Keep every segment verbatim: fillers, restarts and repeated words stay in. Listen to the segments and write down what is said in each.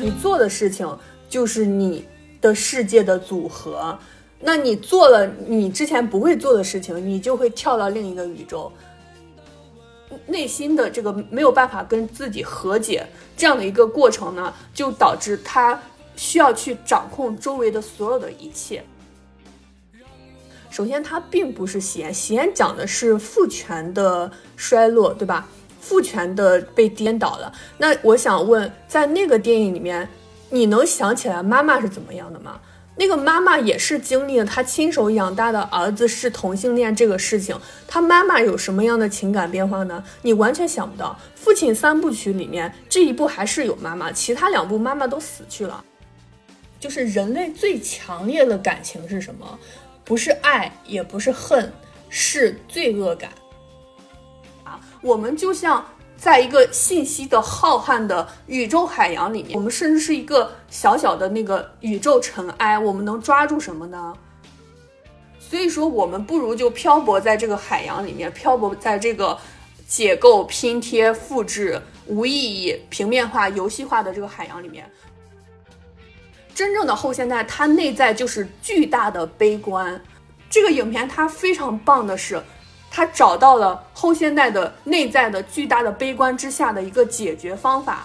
你做的事情就是你的世界的组合，那你做了你之前不会做的事情，你就会跳到另一个宇宙。内心的这个没有办法跟自己和解这样的一个过程呢，就导致他需要去掌控周围的所有的一切。首先它并不是喜宴，喜宴讲的是父权的衰落，对吧？父权的被颠倒了。那我想问，在那个电影里面，你能想起来妈妈是怎么样的吗？那个妈妈也是经历了她亲手养大的儿子是同性恋这个事情，她妈妈有什么样的情感变化呢？你完全想不到。父亲三部曲里面这一部还是有妈妈，其他两部妈妈都死去了。就是人类最强烈的感情是什么？不是爱，也不是恨，是罪恶感啊！我们就像在一个信息的浩瀚的宇宙海洋里面，我们甚至是一个小小的那个宇宙尘埃，我们能抓住什么呢？所以说我们不如就漂泊在这个海洋里面，漂泊在这个解构、拼贴、复制、无意义、平面化、游戏化的这个海洋里面。真正的后现代，它内在就是巨大的悲观。这个影片它非常棒的是，他找到了后现代的内在的巨大的悲观之下的一个解决方法。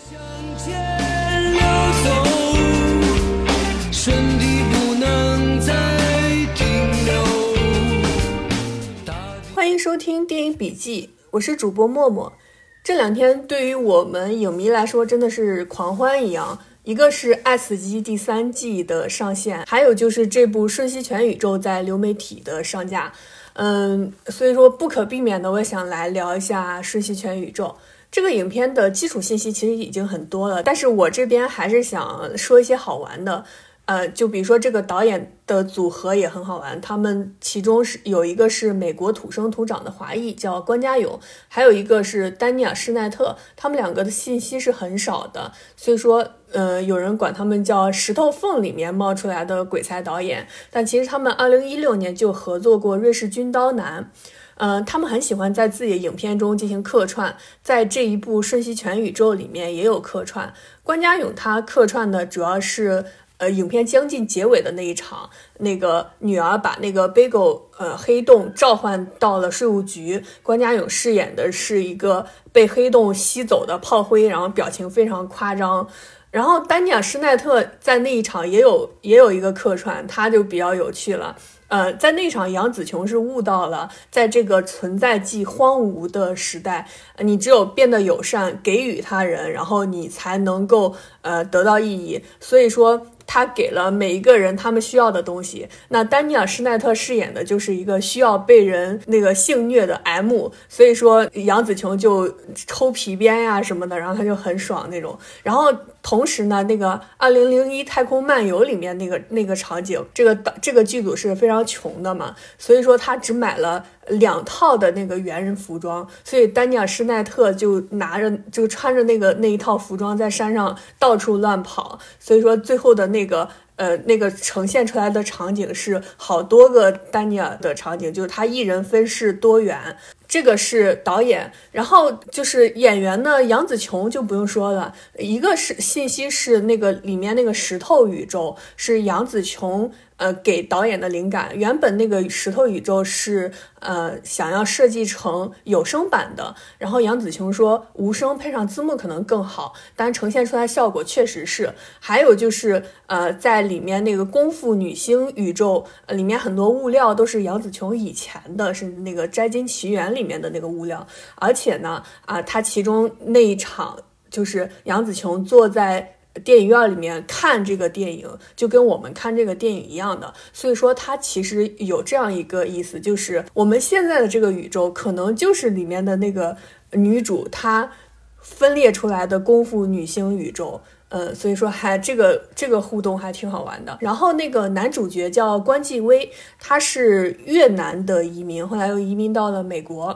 欢迎收听电影笔记，我是主播默默。这两天对于我们影迷来说真的是狂欢一样，一个是《爱死机》第三季的上线，还有就是这部《瞬息全宇宙》在流媒体的上架。嗯，所以说不可避免的，我想来聊一下《瞬息全宇宙》这个影片的基础信息，其实已经很多了，但是我这边还是想说一些好玩的。呃，就比如说这个导演的组合也很好玩，他们其中是有一个是美国土生土长的华裔叫关家勇，还有一个是丹尼尔施奈特，他们两个的信息是很少的，所以说呃，有人管他们叫石头缝里面冒出来的鬼才导演，但其实他们二零一六年就合作过瑞士军刀男。呃，他们很喜欢在自己的影片中进行客串，在这一部《瞬息全宇宙》里面也有客串。关家勇他客串的主要是呃，影片将近结尾的那一场，那个女儿把那个 Bagel 呃黑洞召唤到了税务局，关家勇饰演的是一个被黑洞吸走的炮灰，然后表情非常夸张。然后丹尼尔施奈特在那一场也有也有一个客串，他就比较有趣了。呃，在那场杨紫琼是悟到了，在这个存在即荒芜的时代，你只有变得友善，给予他人，然后你才能够呃得到意义。所以说他给了每一个人他们需要的东西。那丹尼尔施奈特饰演的就是一个需要被人那个性虐的 M， 所以说杨紫琼就抽皮鞭呀什么的，然后他就很爽那种。然后同时呢，那个二零零一太空漫游里面那个那个场景，这个这个剧组是非常穷的嘛，所以说他只买了两套的那个原人服装，所以丹尼尔施奈特就拿着就穿着那个那一套服装在山上到处乱跑，所以说最后的那个呃那个呈现出来的场景是好多个丹尼尔的场景，就是他一人分饰多元。这个是导演，然后就是演员呢，杨紫琼就不用说了，一个是信息是那个里面那个石头宇宙是杨紫琼呃给导演的灵感，原本那个石头宇宙是呃想要设计成有声版的，然后杨紫琼说无声配上字幕可能更好，但呈现出来效果确实是。还有就是呃在里面那个功夫女星宇宙、呃、里面很多物料都是杨紫琼以前的，是那个摘金奇缘里面的那个物料，而且呢啊、呃，它其中那一场就是杨紫琼坐在电影院里面看这个电影，就跟我们看这个电影一样的，所以说它其实有这样一个意思，就是我们现在的这个宇宙可能就是里面的那个女主她分裂出来的功夫女星宇宙。呃，所以说还这个这个互动还挺好玩的。然后那个男主角叫关继威，他是越南的移民，后来又移民到了美国。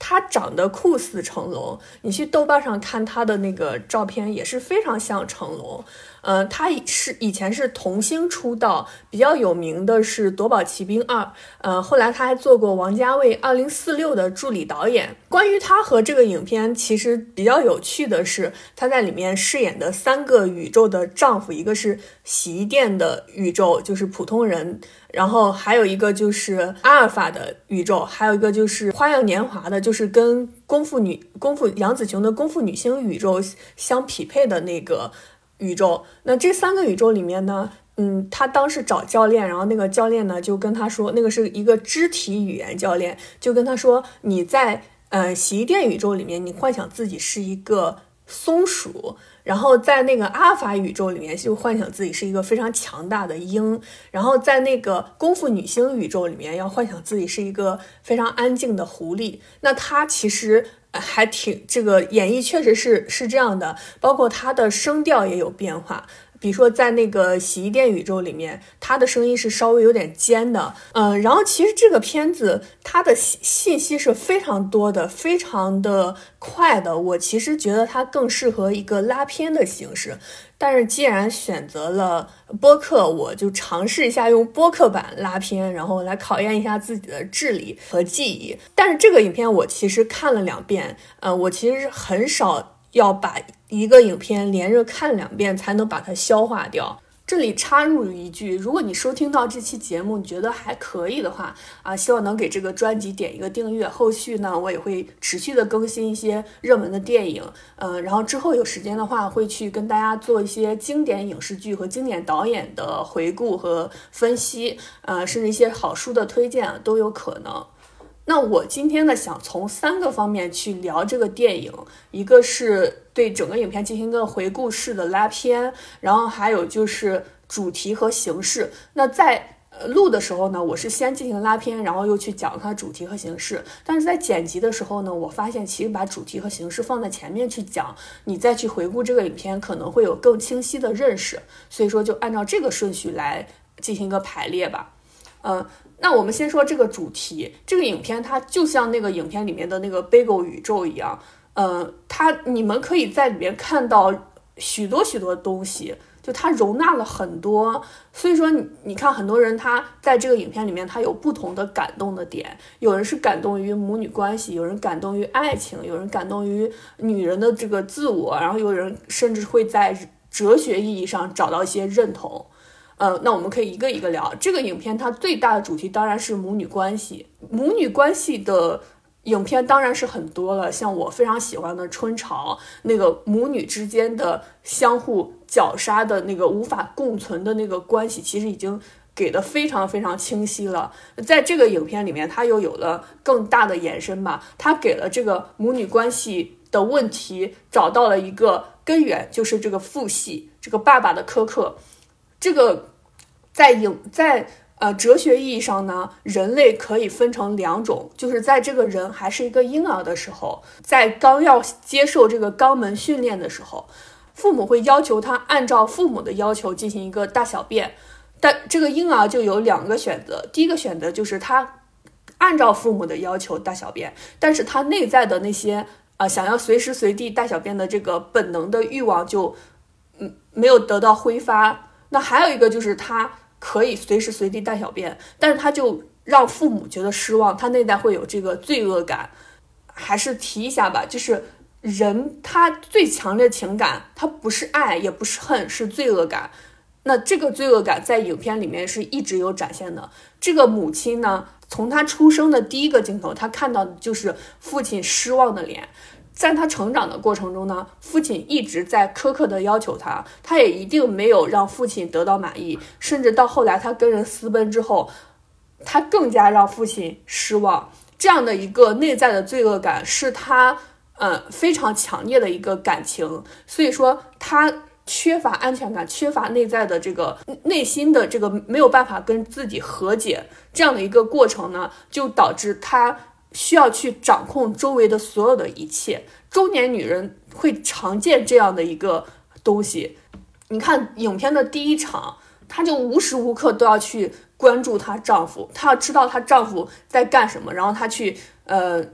他长得酷似成龙，你去豆瓣上看他的那个照片也是非常像成龙。呃，他是以前是童星出道，比较有名的是《夺宝奇兵二》，呃，后来他还做过王家卫二零四六的助理导演。关于他和这个影片，其实比较有趣的是，他在里面饰演的三个宇宙的丈夫，一个是洗衣店的宇宙，就是普通人，然后还有一个就是阿尔法的宇宙，还有一个就是花样年华的，就是跟功夫女功夫杨紫琼的功夫女星宇宙相匹配的那个宇宙。那这三个宇宙里面呢，嗯，他当时找教练，然后那个教练呢就跟他说，那个是一个肢体语言教练，就跟他说，你在呃洗衣店宇宙里面，你幻想自己是一个松鼠，然后在那个阿尔法宇宙里面就幻想自己是一个非常强大的鹰，然后在那个功夫女星宇宙里面要幻想自己是一个非常安静的狐狸。那他其实还挺这个演绎确实是是这样的，包括他的声调也有变化。比如说在那个洗衣店宇宙里面，他的声音是稍微有点尖的，嗯、呃，然后其实这个片子它的信息是非常多的，非常的快的。我其实觉得它更适合一个拉片的形式，但是既然选择了播客，我就尝试一下用播客版拉片，然后来考验一下自己的智力和记忆。但是这个影片我其实看了两遍，呃，我其实很少要把一个影片连着看两遍才能把它消化掉。这里插入一句，如果你收听到这期节目你觉得还可以的话啊，希望能给这个专辑点一个订阅。后续呢，我也会持续的更新一些热门的电影，嗯，然后之后有时间的话会去跟大家做一些经典影视剧和经典导演的回顾和分析，呃，甚至一些好书的推荐都有可能。那我今天呢，想从三个方面去聊这个电影，一个是对整个影片进行一个回顾式的拉片，然后还有就是主题和形式。那在呃录的时候呢，我是先进行拉片，然后又去讲它主题和形式。但是在剪辑的时候呢，我发现其实把主题和形式放在前面去讲，你再去回顾这个影片可能会有更清晰的认识。所以说就按照这个顺序来进行一个排列吧。嗯、呃。那我们先说这个主题，这个影片它就像那个影片里面的那个 Bagel 宇宙一样，呃，它你们可以在里面看到许多许多东西，就它容纳了很多。所以说你你看很多人他在这个影片里面他有不同的感动的点，有人是感动于母女关系，有人感动于爱情，有人感动于女人的这个自我，然后有人甚至会在哲学意义上找到一些认同。呃，那我们可以一个一个聊。这个影片它最大的主题当然是母女关系，母女关系的影片当然是很多了，像我非常喜欢的《春潮》，那个母女之间的相互绞杀的那个无法共存的那个关系，其实已经给的非常非常清晰了。在这个影片里面，它又有了更大的延伸吧，它给了这个母女关系的问题找到了一个根源，就是这个父系，这个爸爸的苛刻。这个在影在呃哲学意义上呢，人类可以分成两种，就是在这个人还是一个婴儿的时候，在刚要接受这个肛门训练的时候，父母会要求他按照父母的要求进行一个大小便，但这个婴儿就有两个选择，第一个选择就是他按照父母的要求大小便，但是他内在的那些呃想要随时随地大小便的这个本能的欲望就嗯没有得到挥发。那还有一个就是他可以随时随地大小便，但是他就让父母觉得失望，他内在会有这个罪恶感。还是提一下吧，就是人他最强烈的情感，他不是爱也不是恨，是罪恶感。那这个罪恶感在影片里面是一直有展现的。这个母亲呢，从他出生的第一个镜头，他看到的就是父亲失望的脸。在他成长的过程中呢，父亲一直在苛刻的要求他，他也一定没有让父亲得到满意，甚至到后来他跟人私奔之后，他更加让父亲失望。这样的一个内在的罪恶感是他呃非常强烈的一个感情，所以说他缺乏安全感，缺乏内在的这个内心的这个没有办法跟自己和解，这样的一个过程呢，就导致他需要去掌控周围的所有的一切。中年女人会常见这样的一个东西。你看影片的第一场，她就无时无刻都要去关注她丈夫，她要知道她丈夫在干什么，然后她去呃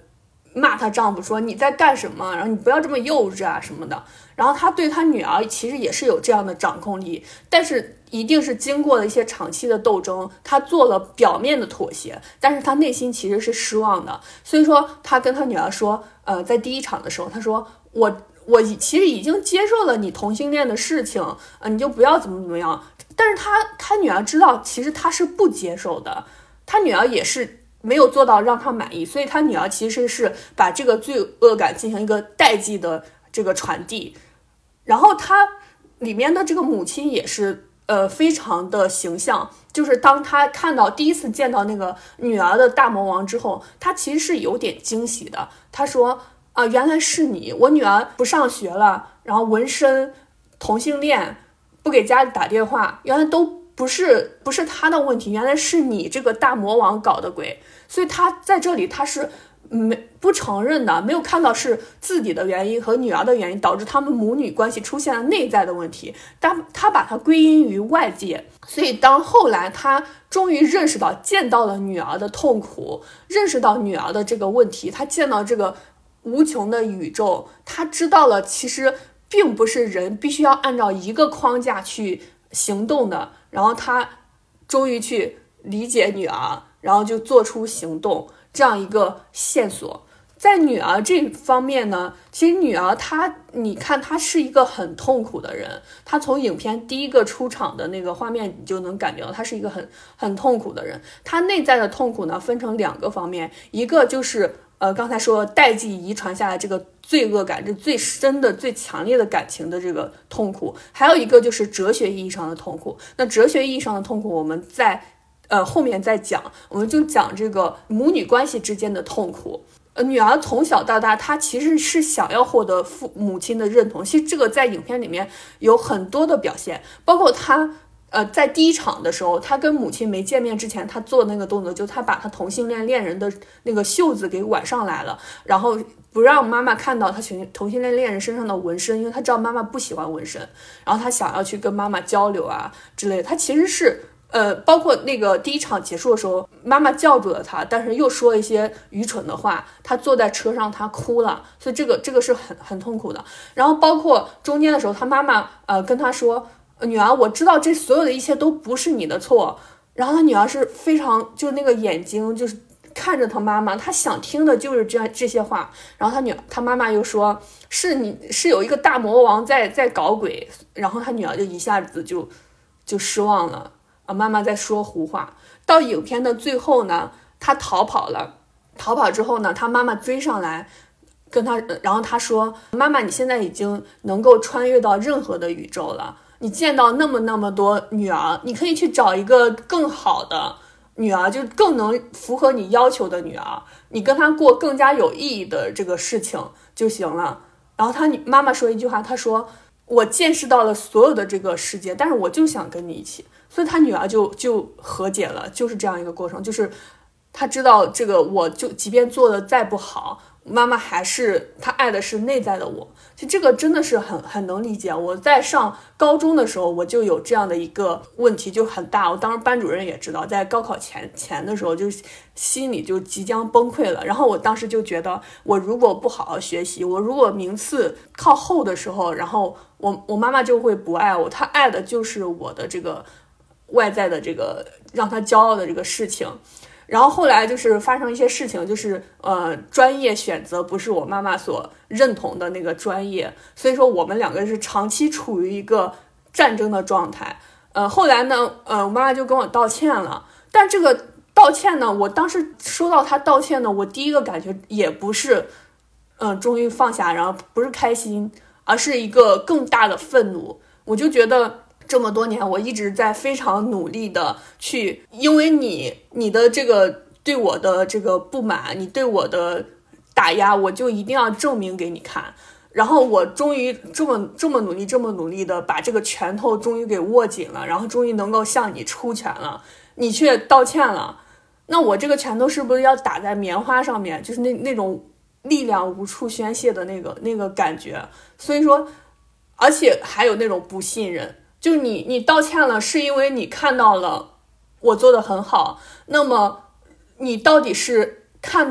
骂她丈夫说你在干什么，然后你不要这么幼稚啊什么的。然后她对她女儿其实也是有这样的掌控力，但是一定是经过了一些长期的斗争，她做了表面的妥协，但是她内心其实是失望的。所以说她跟她女儿说，呃，在第一场的时候，她说我我其实已经接受了你同性恋的事情，呃，你就不要怎么怎么样。但是她她女儿知道，其实她是不接受的，她女儿也是没有做到让她满意，所以她女儿其实是把这个罪恶感进行一个代际的这个传递。然后她里面的这个母亲也是呃非常的形象，就是当她看到第一次见到那个女儿的大魔王之后，她其实是有点惊喜的。她说啊、呃，原来是你，我女儿不上学了，然后纹身、同性恋，不给家里打电话，原来都不是不是她的问题，原来是你这个大魔王搞的鬼。所以她在这里她是没不承认的，没有看到是自己的原因和女儿的原因导致他们母女关系出现了内在的问题，但他把它归因于外界。所以当后来他终于认识到，见到了女儿的痛苦，认识到女儿的这个问题，他见到这个无穷的宇宙，他知道了其实并不是人必须要按照一个框架去行动的，然后他终于去理解女儿，然后就做出行动，这样一个线索。在女儿这方面呢，其实女儿她，你看她是一个很痛苦的人，她从影片第一个出场的那个画面你就能感觉到她是一个很很痛苦的人。她内在的痛苦呢分成两个方面，一个就是呃刚才说代际遗传下来这个罪恶感，这最深的最强烈的感情的这个痛苦，还有一个就是哲学意义上的痛苦。那哲学意义上的痛苦我们在呃后面再讲，我们就讲这个母女关系之间的痛苦。呃，女儿从小到大，她其实是想要获得父母亲的认同。其实这个在影片里面有很多的表现，包括她呃在第一场的时候，她跟母亲没见面之前，她做那个动作，就她把她同性恋恋人的那个袖子给挽上来了，然后不让妈妈看到她同性恋恋人身上的纹身，因为她知道妈妈不喜欢纹身，然后她想要去跟妈妈交流啊之类的。她其实是。呃，包括那个第一场结束的时候，妈妈叫住了他，但是又说一些愚蠢的话，他坐在车上，他哭了，所以这个这个是很很痛苦的。然后包括中间的时候，他妈妈呃跟他说，女儿，我知道这所有的一切都不是你的错。然后他女儿是非常就是那个眼睛就是看着他妈妈，他想听的就是这样这些话。然后他女他妈妈又说，是你是有一个大魔王在在搞鬼。然后他女儿就一下子就就失望了。妈妈在说胡话。到影片的最后呢，他逃跑了，逃跑之后呢，他妈妈追上来跟他，然后他说，妈妈，你现在已经能够穿越到任何的宇宙了，你见到那么那么多女儿，你可以去找一个更好的女儿，就更能符合你要求的女儿，你跟她过更加有意义的这个事情就行了。然后他妈妈说一句话，他说，我见识到了所有的这个世界，但是我就想跟你一起。所以他女儿就就和解了，就是这样一个过程，就是他知道这个，我就即便做的再不好，妈妈还是她爱的是内在的我。其实这个真的是很很能理解。我在上高中的时候，我就有这样的一个问题，就很大。我当时班主任也知道，在高考前前的时候，就心里就即将崩溃了。然后我当时就觉得，我如果不好好学习，我如果名次靠后的时候，然后我我妈妈就会不爱我，她爱的就是我的这个外在的这个让他骄傲的这个事情。然后后来就是发生一些事情，就是呃专业选择不是我妈妈所认同的那个专业，所以说我们两个是长期处于一个战争的状态。呃后来呢呃我妈妈就跟我道歉了，但这个道歉呢，我当时收到她道歉呢，我第一个感觉也不是嗯、呃、终于放下，然后不是开心，而是一个更大的愤怒。我就觉得这么多年我一直在非常努力的去，因为你你的这个对我的这个不满，你对我的打压，我就一定要证明给你看。然后我终于这么这么努力这么努力的把这个拳头终于给握紧了，然后终于能够向你出拳了，你却道歉了。那我这个拳头是不是要打在棉花上面，就是那那种力量无处宣泄的那个那个感觉。所以说而且还有那种不信任，就是你你道歉了是因为你看到了我做的很好，那么你到底是看的是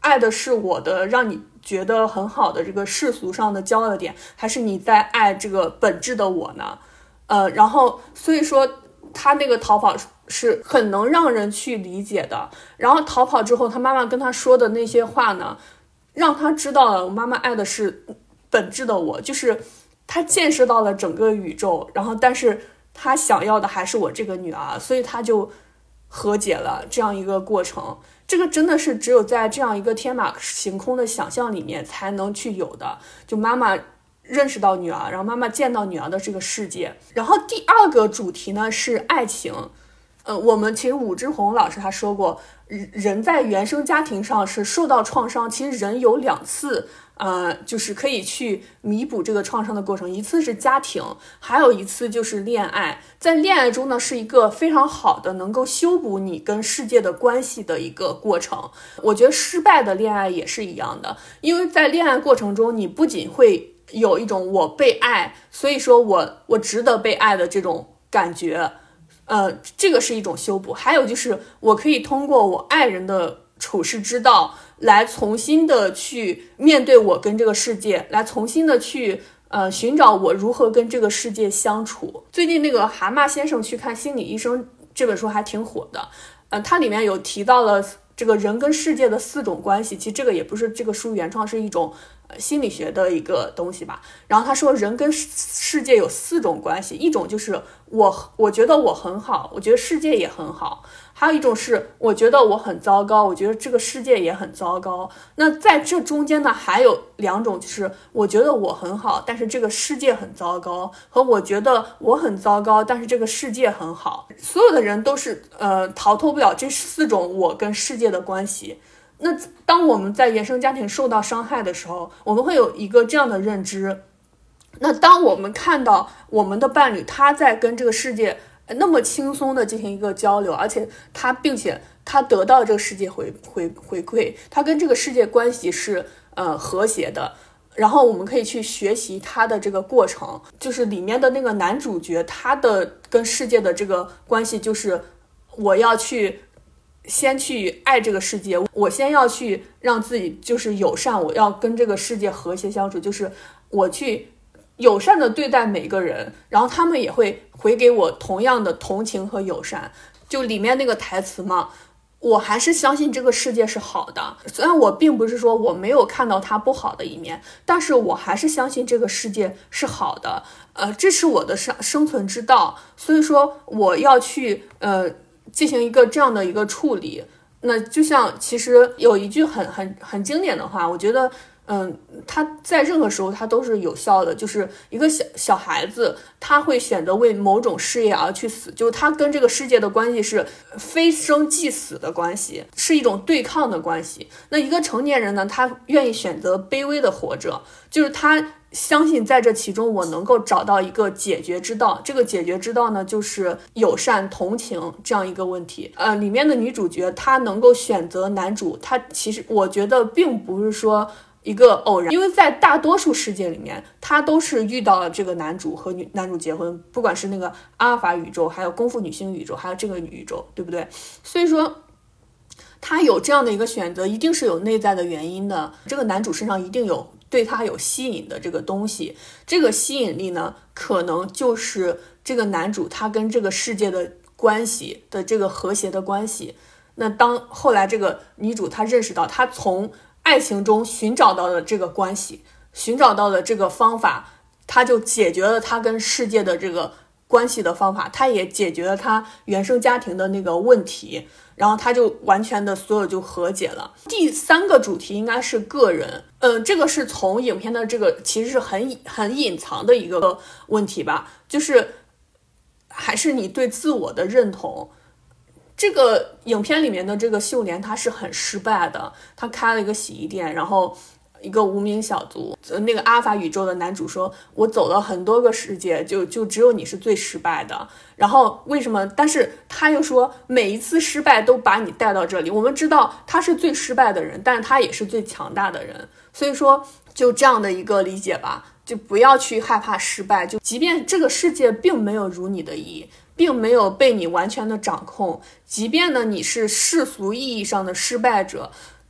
爱的是我的让你觉得很好的这个世俗上的骄傲的点，还是你在爱这个本质的我呢？呃，然后所以说他那个逃跑是很能让人去理解的。然后逃跑之后，他妈妈跟他说的那些话呢，让他知道了我妈妈爱的是本质的我，就是他见识到了整个宇宙，然后但是他想要的还是我这个女儿，所以他就和解了这样一个过程。这个真的是只有在这样一个天马行空的想象里面才能去有的，就妈妈认识到女儿，然后妈妈见到女儿的这个世界。然后第二个主题呢是爱情。呃，我们其实武志红老师他说过，人在原生家庭上是受到创伤，其实人有两次呃，就是可以去弥补这个创伤的过程，一次是家庭，还有一次就是恋爱。在恋爱中呢，是一个非常好的能够修补你跟世界的关系的一个过程。我觉得失败的恋爱也是一样的，因为在恋爱过程中，你不仅会有一种我被爱，所以说我我值得被爱的这种感觉，呃，这个是一种修补。还有就是我可以通过我爱人的处世之道来重新的去面对我跟这个世界，来重新的去呃寻找我如何跟这个世界相处。最近那个蛤蟆先生去看心理医生这本书还挺火的，呃，它里面有提到了这个人跟世界的四种关系，其实这个也不是这个书原创，是一种呃心理学的一个东西吧。然后他说人跟世界有四种关系，一种就是我我觉得我很好，我觉得世界也很好。还有一种是我觉得我很糟糕，我觉得这个世界也很糟糕。那在这中间呢，还有两种，就是我觉得我很好，但是这个世界很糟糕，和我觉得我很糟糕，但是这个世界很好。所有的人都是呃逃脱不了这四种我跟世界的关系。那当我们在原生家庭受到伤害的时候，我们会有一个这样的认知。那当我们看到我们的伴侣他在跟这个世界那么轻松的进行一个交流，而且他并且他得到这个世界回回回馈，他跟这个世界关系是呃和谐的，然后我们可以去学习他的这个过程。就是里面的那个男主角他的跟世界的这个关系，就是我要去先去爱这个世界，我先要去让自己就是友善，我要跟这个世界和谐相处，就是我去友善的对待每个人，然后他们也会回给我同样的同情和友善。就里面那个台词嘛，我还是相信这个世界是好的，虽然我并不是说我没有看到它不好的一面，但是我还是相信这个世界是好的，呃，这是我的生生存之道，所以说我要去呃进行一个这样的一个处理。那就像其实有一句很很很经典的话，我觉得嗯，他在任何时候他都是有效的，就是一个小小孩子他会选择为某种事业而去死，就是他跟这个世界的关系是非生即死的关系，是一种对抗的关系。那一个成年人呢，他愿意选择卑微的活着，就是他相信在这其中我能够找到一个解决之道，这个解决之道呢就是友善同情这样一个问题。呃，里面的女主角她能够选择男主，她其实我觉得并不是说一个偶然，因为在大多数世界里面他都是遇到了这个男主和女男主结婚，不管是那个阿尔法宇宙，还有功夫女星宇宙，还有这个宇宙，对不对？所以说他有这样的一个选择一定是有内在的原因的，这个男主身上一定有对他有吸引的这个东西，这个吸引力呢可能就是这个男主他跟这个世界的关系的这个和谐的关系。那当后来这个女主她认识到她从爱情中寻找到了这个关系，寻找到了这个方法，他就解决了他跟世界的这个关系的方法，他也解决了他原生家庭的那个问题，然后他就完全的所有就和解了。第三个主题应该是个人，呃，这个是从影片的这个其实是很很隐藏的一个问题吧，就是还是你对自我的认同。这个影片里面的这个秀莲她是很失败的，她开了一个洗衣店，然后一个无名小卒，那个阿尔法宇宙的男主说我走了很多个世界，就就只有你是最失败的。然后为什么？但是他又说每一次失败都把你带到这里，我们知道他是最失败的人，但是他也是最强大的人。所以说就这样的一个理解吧，就不要去害怕失败，就即便这个世界并没有如你的意，并没有被你完全的掌控，即便呢你是世俗意义上的失败者，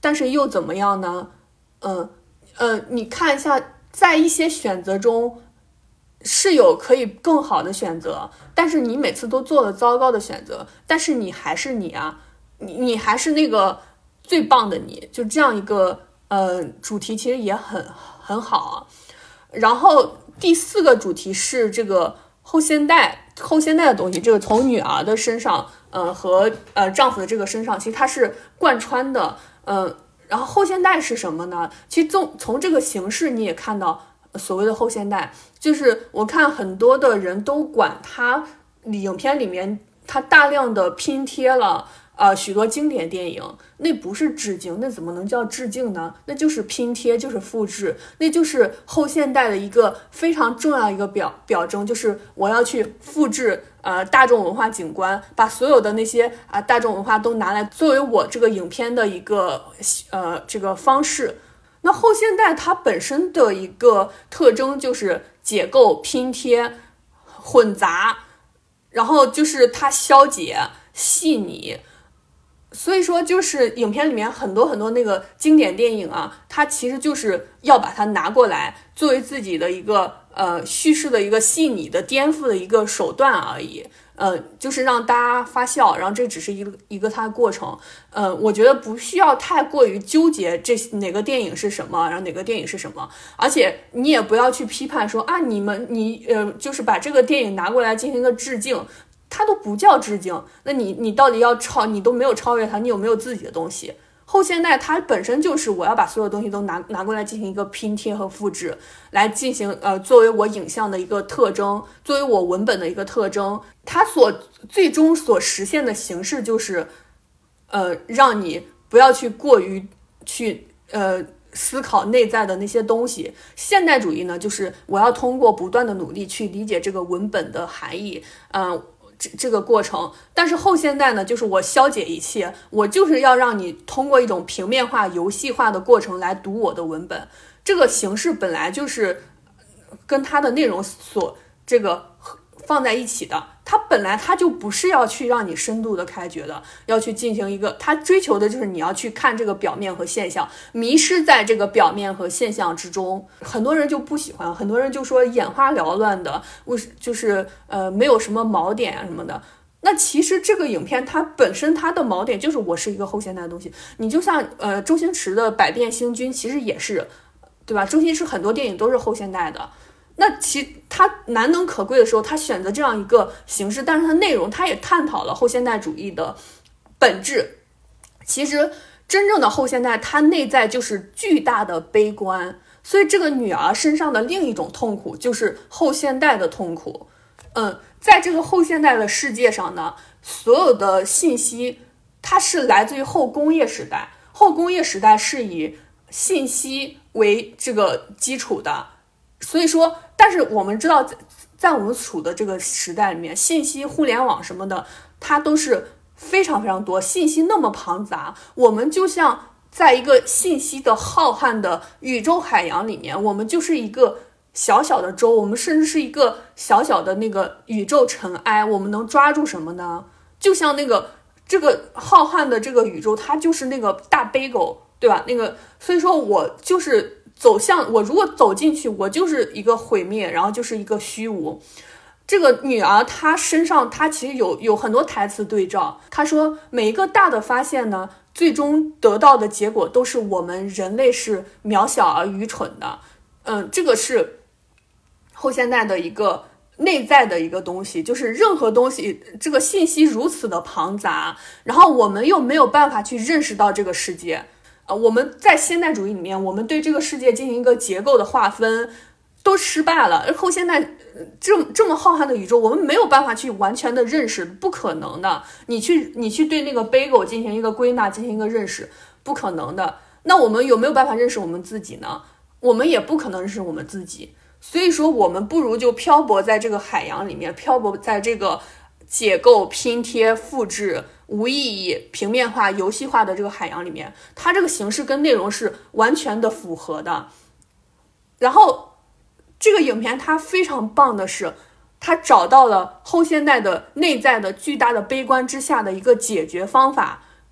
但是又怎么样呢？嗯呃，你看一下，在一些选择中是有可以更好的选择，但是你每次都做了糟糕的选择，但是你还是你啊，你你还是那个最棒的你，就这样一个呃主题其实也很很好啊。然后第四个主题是这个后现代后现代的东西，这个从女儿的身上呃和呃丈夫的这个身上，其实它是贯穿的。嗯、呃，然后后现代是什么呢？其实从从这个形式你也看到所谓的后现代，就是我看很多的人都管它影片里面它大量的拼贴了呃，许多经典电影，那不是致敬，那怎么能叫致敬呢？那就是拼贴，就是复制，那就是后现代的一个非常重要一个表表征，就是我要去复制呃大众文化景观，把所有的那些啊、呃、大众文化都拿来作为我这个影片的一个呃这个方式。那后现代它本身的一个特征就是解构、拼贴、混杂，然后就是它消解、细腻。所以说就是影片里面很多很多那个经典电影啊，它其实就是要把它拿过来作为自己的一个呃叙事的一个细腻的颠覆的一个手段而已，呃就是让大家发笑，然后这只是一个一个它的过程。呃我觉得不需要太过于纠结这哪个电影是什么，然后哪个电影是什么，而且你也不要去批判说啊你们你呃就是把这个电影拿过来进行一个致敬，它都不叫致敬，那你你到底要超，你都没有超越它，你有没有自己的东西？后现代它本身就是我要把所有东西都拿拿过来进行一个拼贴和复制，来进行呃作为我影像的一个特征，作为我文本的一个特征，它所最终所实现的形式就是呃让你不要去过于去呃思考内在的那些东西。现代主义呢，就是我要通过不断的努力去理解这个文本的含义，嗯、呃。这这个过程，但是后现代呢，就是我消解一切，我就是要让你通过一种平面化、游戏化的过程来读我的文本。这个形式本来就是跟它的内容所这个放在一起的，它本来它就不是要去让你深度的开掘的，要去进行一个，它追求的就是你要去看这个表面和现象，迷失在这个表面和现象之中。很多人就不喜欢，很多人就说眼花缭乱的，就是呃没有什么锚点啊什么的。那其实这个影片它本身它的锚点就是我是一个后现代的东西。你就像呃周星驰的《百变星君》其实也是，对吧？周星驰很多电影都是后现代的。那其他难能可贵的时候，他选择这样一个形式，但是他内容他也探讨了后现代主义的本质。其实真正的后现代，它内在就是巨大的悲观，所以这个女儿身上的另一种痛苦就是后现代的痛苦。嗯，在这个后现代的世界上呢，所有的信息它是来自于后工业时代，后工业时代是以信息为这个基础的。所以说，但是我们知道在，在我们处的这个时代里面，信息、互联网什么的，它都是非常非常多，信息那么庞杂，我们就像在一个信息的浩瀚的宇宙海洋里面，我们就是一个小小的舟，我们甚至是一个小小的那个宇宙尘埃，我们能抓住什么呢？就像那个这个浩瀚的这个宇宙，它就是那个大杯狗，对吧？那个，所以说我就是走向，我如果走进去，我就是一个毁灭，然后就是一个虚无。这个女儿她身上，她其实有有很多台词对照。她说，每一个大的发现呢，最终得到的结果都是我们人类是渺小而愚蠢的。嗯，这个是后现代的一个内在的一个东西，就是任何东西，这个信息如此的庞杂，然后我们又没有办法去认识到这个世界。呃，我们在现代主义里面，我们对这个世界进行一个结构的划分都失败了。而后现代这这么浩瀚的宇宙，我们没有办法去完全的认识，不可能的。你去你去对那个贝狗进行一个归纳，进行一个认识，不可能的。那我们有没有办法认识我们自己呢？我们也不可能认识我们自己。所以说，我们不如就漂泊在这个海洋里面，漂泊在这个解构、拼贴、复制、无意义、平面化、游戏化的这个海洋里面，它这个形式跟内容是完全的符合的。然后这个影片它非常棒的是，它找到了后现代的内在的巨大的悲观之下的一个解决方法，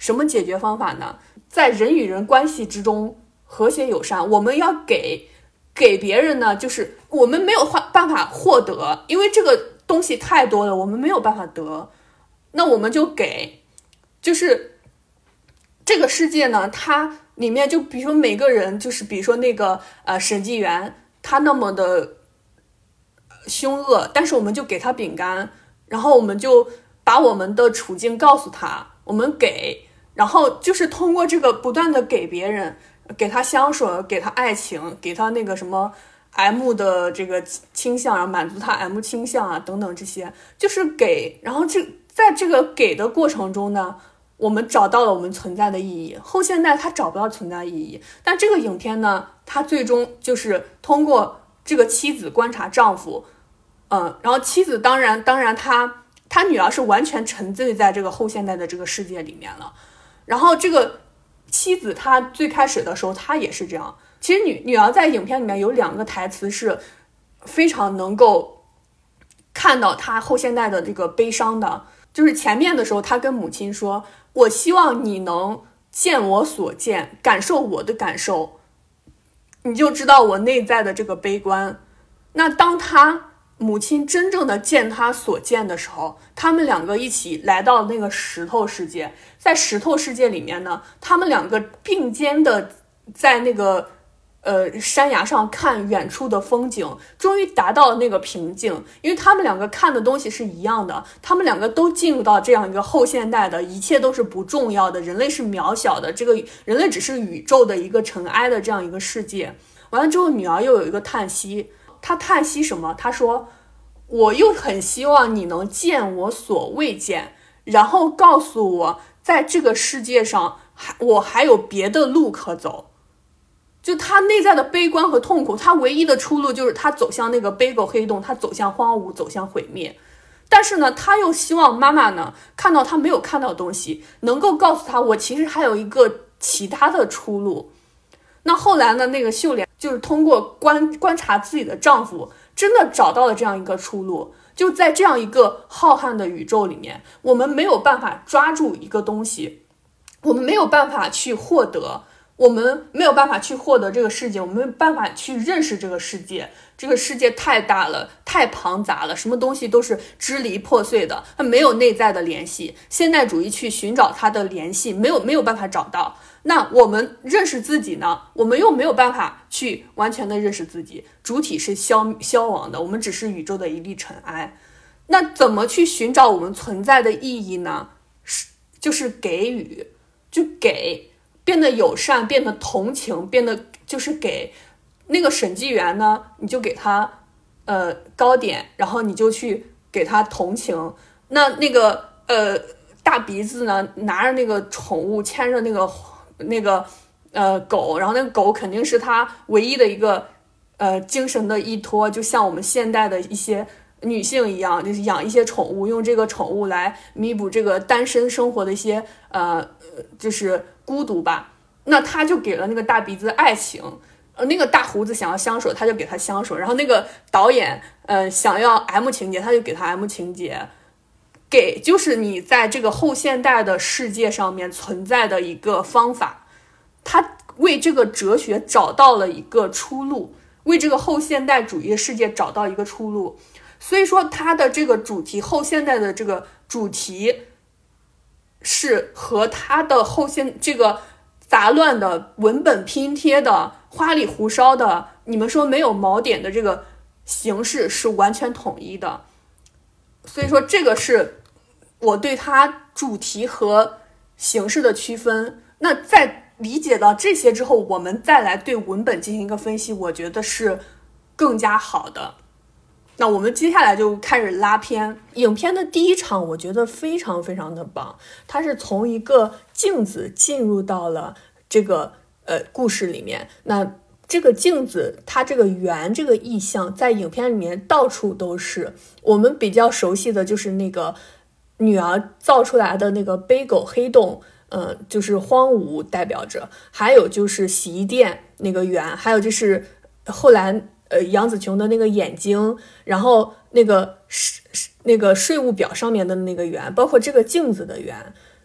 什么解决方法呢？在人与人关系之中和谐友善，我们要给给别人呢，就是我们没有办法获得，因为这个东西太多了，我们没有办法得，那我们就给，就是这个世界呢，它里面就比如说每个人，就是比如说那个呃审计员，他那么的凶恶，但是我们就给他饼干，然后我们就把我们的处境告诉他，我们给，然后就是通过这个不断的给别人，给他香水，给他爱情，给他那个什么 M 的这个倾向，然后满足他 M 倾向啊等等这些，就是给，然后这在这个给的过程中呢，我们找到了我们存在的意义。后现代它找不到存在意义，但这个影片呢，它最终就是通过这个妻子观察丈夫，嗯，然后妻子当然当然她她女儿是完全沉醉在这个后现代的这个世界里面了，然后这个妻子她最开始的时候她也是这样。其实女女儿在影片里面有两个台词是非常能够看到她后现代的这个悲伤的，就是前面的时候她跟母亲说，我希望你能见我所见，感受我的感受，你就知道我内在的这个悲观。那当她母亲真正的见她所见的时候，他们两个一起来到那个石头世界，在石头世界里面呢，他们两个并肩的在那个呃山崖上看远处的风景，终于达到了那个平静，因为他们两个看的东西是一样的，他们两个都进入到这样一个后现代的，一切都是不重要的，人类是渺小的，这个人类只是宇宙的一个尘埃的这样一个世界。完了之后，女儿又有一个叹息，她叹息什么？她说，我又很希望你能见我所未见，然后告诉我在这个世界上还我还有别的路可走。就他内在的悲观和痛苦，他唯一的出路就是他走向那个贝狗黑洞，他走向荒芜，走向毁灭。但是呢，他又希望妈妈呢看到他没有看到的东西，能够告诉他我其实还有一个其他的出路。那后来呢，那个秀莲就是通过观观察自己的丈夫，真的找到了这样一个出路。就在这样一个浩瀚的宇宙里面，我们没有办法抓住一个东西，我们没有办法去获得，我们没有办法去获得这个世界，我们没有办法去认识这个世界。这个世界太大了，太庞杂了，什么东西都是支离破碎的，它没有内在的联系。现代主义去寻找它的联系，没有没有办法找到。那我们认识自己呢？我们又没有办法去完全的认识自己，主体是消消亡的，我们只是宇宙的一粒尘埃。那怎么去寻找我们存在的意义呢？是就是给予，就给。变得友善，变得同情，变得就是给那个审计员呢，你就给他呃糕点，然后你就去给他同情。那那个呃大鼻子呢，拿着那个宠物，牵着那个那个呃狗，然后那个狗肯定是他唯一的一个呃精神的依托，就像我们现代的一些女性一样，就是养一些宠物，用这个宠物来弥补这个单身生活的一些呃就是孤独吧。那他就给了那个大鼻子爱情，呃，那个大胡子想要香水，他就给他香水，然后那个导演呃想要 M 情节，他就给他 M 情节。给就是你在这个后现代的世界上面存在的一个方法，他为这个哲学找到了一个出路，为这个后现代主义的世界找到一个出路。所以说他的这个主题，后现代的这个主题是和他的后现这个杂乱的文本拼贴的花里胡哨的，你们说没有锚点的这个形式是完全统一的。所以说这个是我对它主题和形式的区分。那在理解到这些之后，我们再来对文本进行一个分析，我觉得是更加好的。那我们接下来就开始拉片。影片的第一场我觉得非常非常的棒，它是从一个镜子进入到了这个呃故事里面。那这个镜子，它这个圆这个意象在影片里面到处都是。我们比较熟悉的就是那个女儿造出来的那个贝狗黑洞，呃，就是荒芜代表着，还有就是洗衣店那个圆，还有就是后来呃，杨紫琼的那个眼睛，然后那个那个税务表上面的那个圆，包括这个镜子的圆。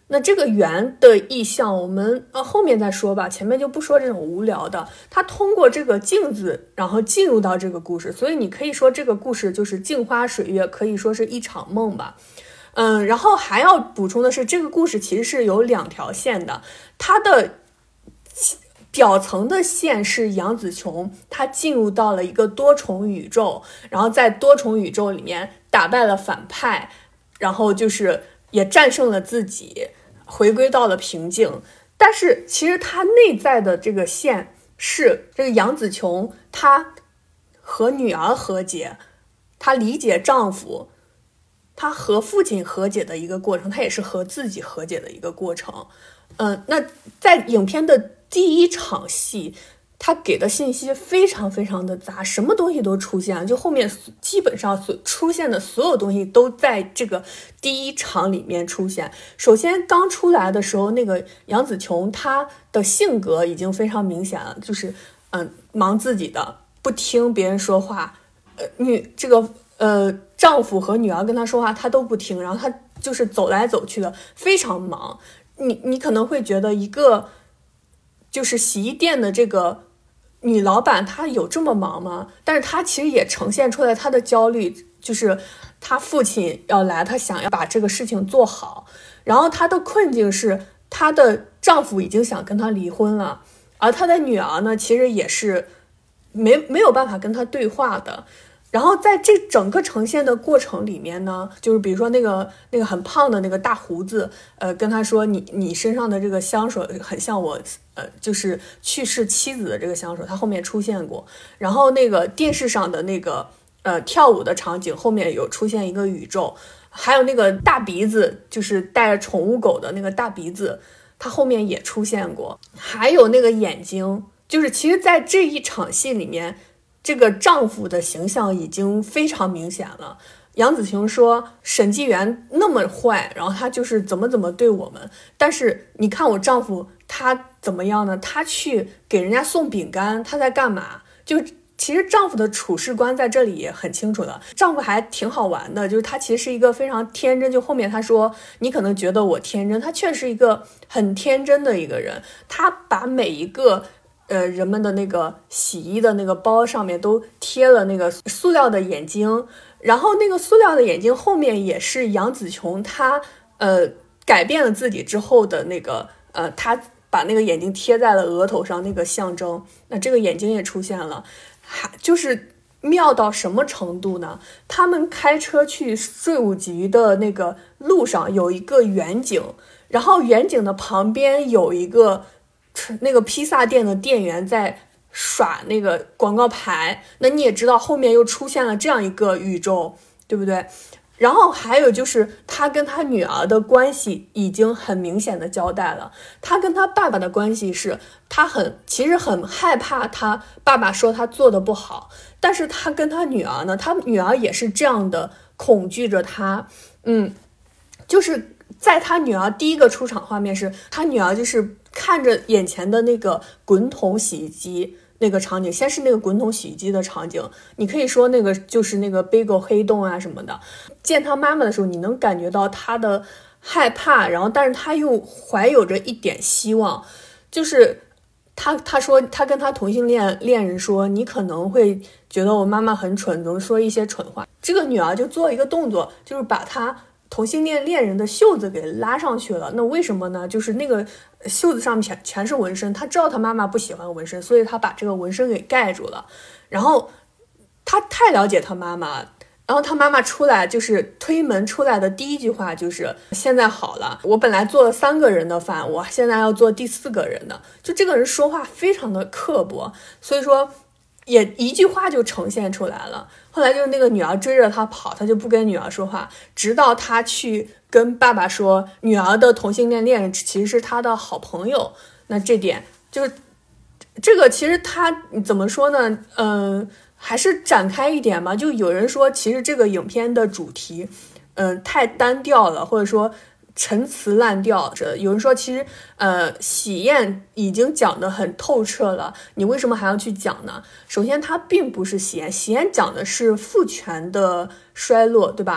那这个圆的意象我们呃后面再说吧，前面就不说这种无聊的。他通过这个镜子然后进入到这个故事，所以你可以说这个故事就是镜花水月，可以说是一场梦吧。嗯，然后还要补充的是，这个故事其实是有两条线的，它的表层的线是杨紫琼她进入到了一个多重宇宙，然后在多重宇宙里面打败了反派，然后就是也战胜了自己，回归到了平静。但是其实她内在的这个线是这个杨紫琼她和女儿和解，她理解丈夫，她和父亲和解的一个过程，她也是和自己和解的一个过程。嗯，那在影片的第一场戏，他给的信息非常非常的杂，什么东西都出现了，就后面基本上所出现的所有东西都在这个第一场里面出现。首先刚出来的时候，那个杨紫琼她的性格已经非常明显了，就是嗯忙自己的，不听别人说话，呃女这个呃丈夫和女儿跟她说话她都不听，然后她就是走来走去的，非常忙。你你可能会觉得一个就是洗衣店的这个女老板她有这么忙吗？但是她其实也呈现出来她的焦虑，就是她父亲要来，她想要把这个事情做好，然后她的困境是她的丈夫已经想跟她离婚了，而她的女儿呢其实也是没没有办法跟她对话的。然后在这整个呈现的过程里面呢，就是比如说那个那个很胖的那个大胡子，呃，跟他说你你身上的这个香水很像我，呃，就是去世妻子的这个香水，他后面出现过。然后那个电视上的那个呃跳舞的场景后面有出现一个宇宙，还有那个大鼻子，就是带着宠物狗的那个大鼻子，他后面也出现过。还有那个眼睛，就是其实在这一场戏里面，这个丈夫的形象已经非常明显了。杨紫琼说审计员那么坏，然后他就是怎么怎么对我们，但是你看我丈夫他怎么样呢？他去给人家送饼干，他在干嘛？就其实丈夫的处事观在这里也很清楚的。丈夫还挺好玩的，就是他其实是一个非常天真，就后面他说你可能觉得我天真，他确实是一个很天真的一个人。他把每一个呃，人们的那个洗衣的那个包上面都贴了那个塑料的眼睛，然后那个塑料的眼睛后面也是杨紫琼她呃改变了自己之后的那个呃，她把那个眼睛贴在了额头上那个象征，那这个眼睛也出现了，还就是妙到什么程度呢？他们开车去税务局的那个路上有一个远景，然后远景的旁边有一个那个披萨店的店员在耍那个广告牌，那你也知道后面又出现了这样一个宇宙，对不对？然后还有就是他跟他女儿的关系已经很明显的交代了。他跟他爸爸的关系是他很其实很害怕他爸爸说他做的不好，但是他跟他女儿呢，他女儿也是这样的恐惧着他。嗯，就是在他女儿第一个出场画面是他女儿就是看着眼前的那个滚筒洗衣机那个场景，先是那个滚筒洗衣机的场景，你可以说那个就是那个 Bagel 黑洞啊什么的。见他妈妈的时候，你能感觉到他的害怕，然后但是他又怀有着一点希望，就是他他说他跟他同性恋恋人说，你可能会觉得我妈妈很蠢，总是说一些蠢话。这个女儿就做一个动作，就是把他同性恋恋人的袖子给拉上去了。那为什么呢？就是那个袖子上面全全是纹身，他知道他妈妈不喜欢纹身，所以他把这个纹身给盖住了。然后他太了解他妈妈，然后他妈妈出来就是推门出来的第一句话就是现在好了，我本来做了三个人的饭，我现在要做第四个人的。就这个人说话非常的刻薄，所以说也一句话就呈现出来了。后来就是那个女儿追着他跑，他就不跟女儿说话，直到他去跟爸爸说女儿的同性恋恋人其实是他的好朋友。那这点就是这个其实他怎么说呢，嗯、呃，还是展开一点吧。就有人说其实这个影片的主题嗯、呃，太单调了，或者说陈词滥调。有人说其实呃，喜宴已经讲得很透彻了，你为什么还要去讲呢？首先它并不是喜宴，喜宴讲的是父权的衰落，对吧？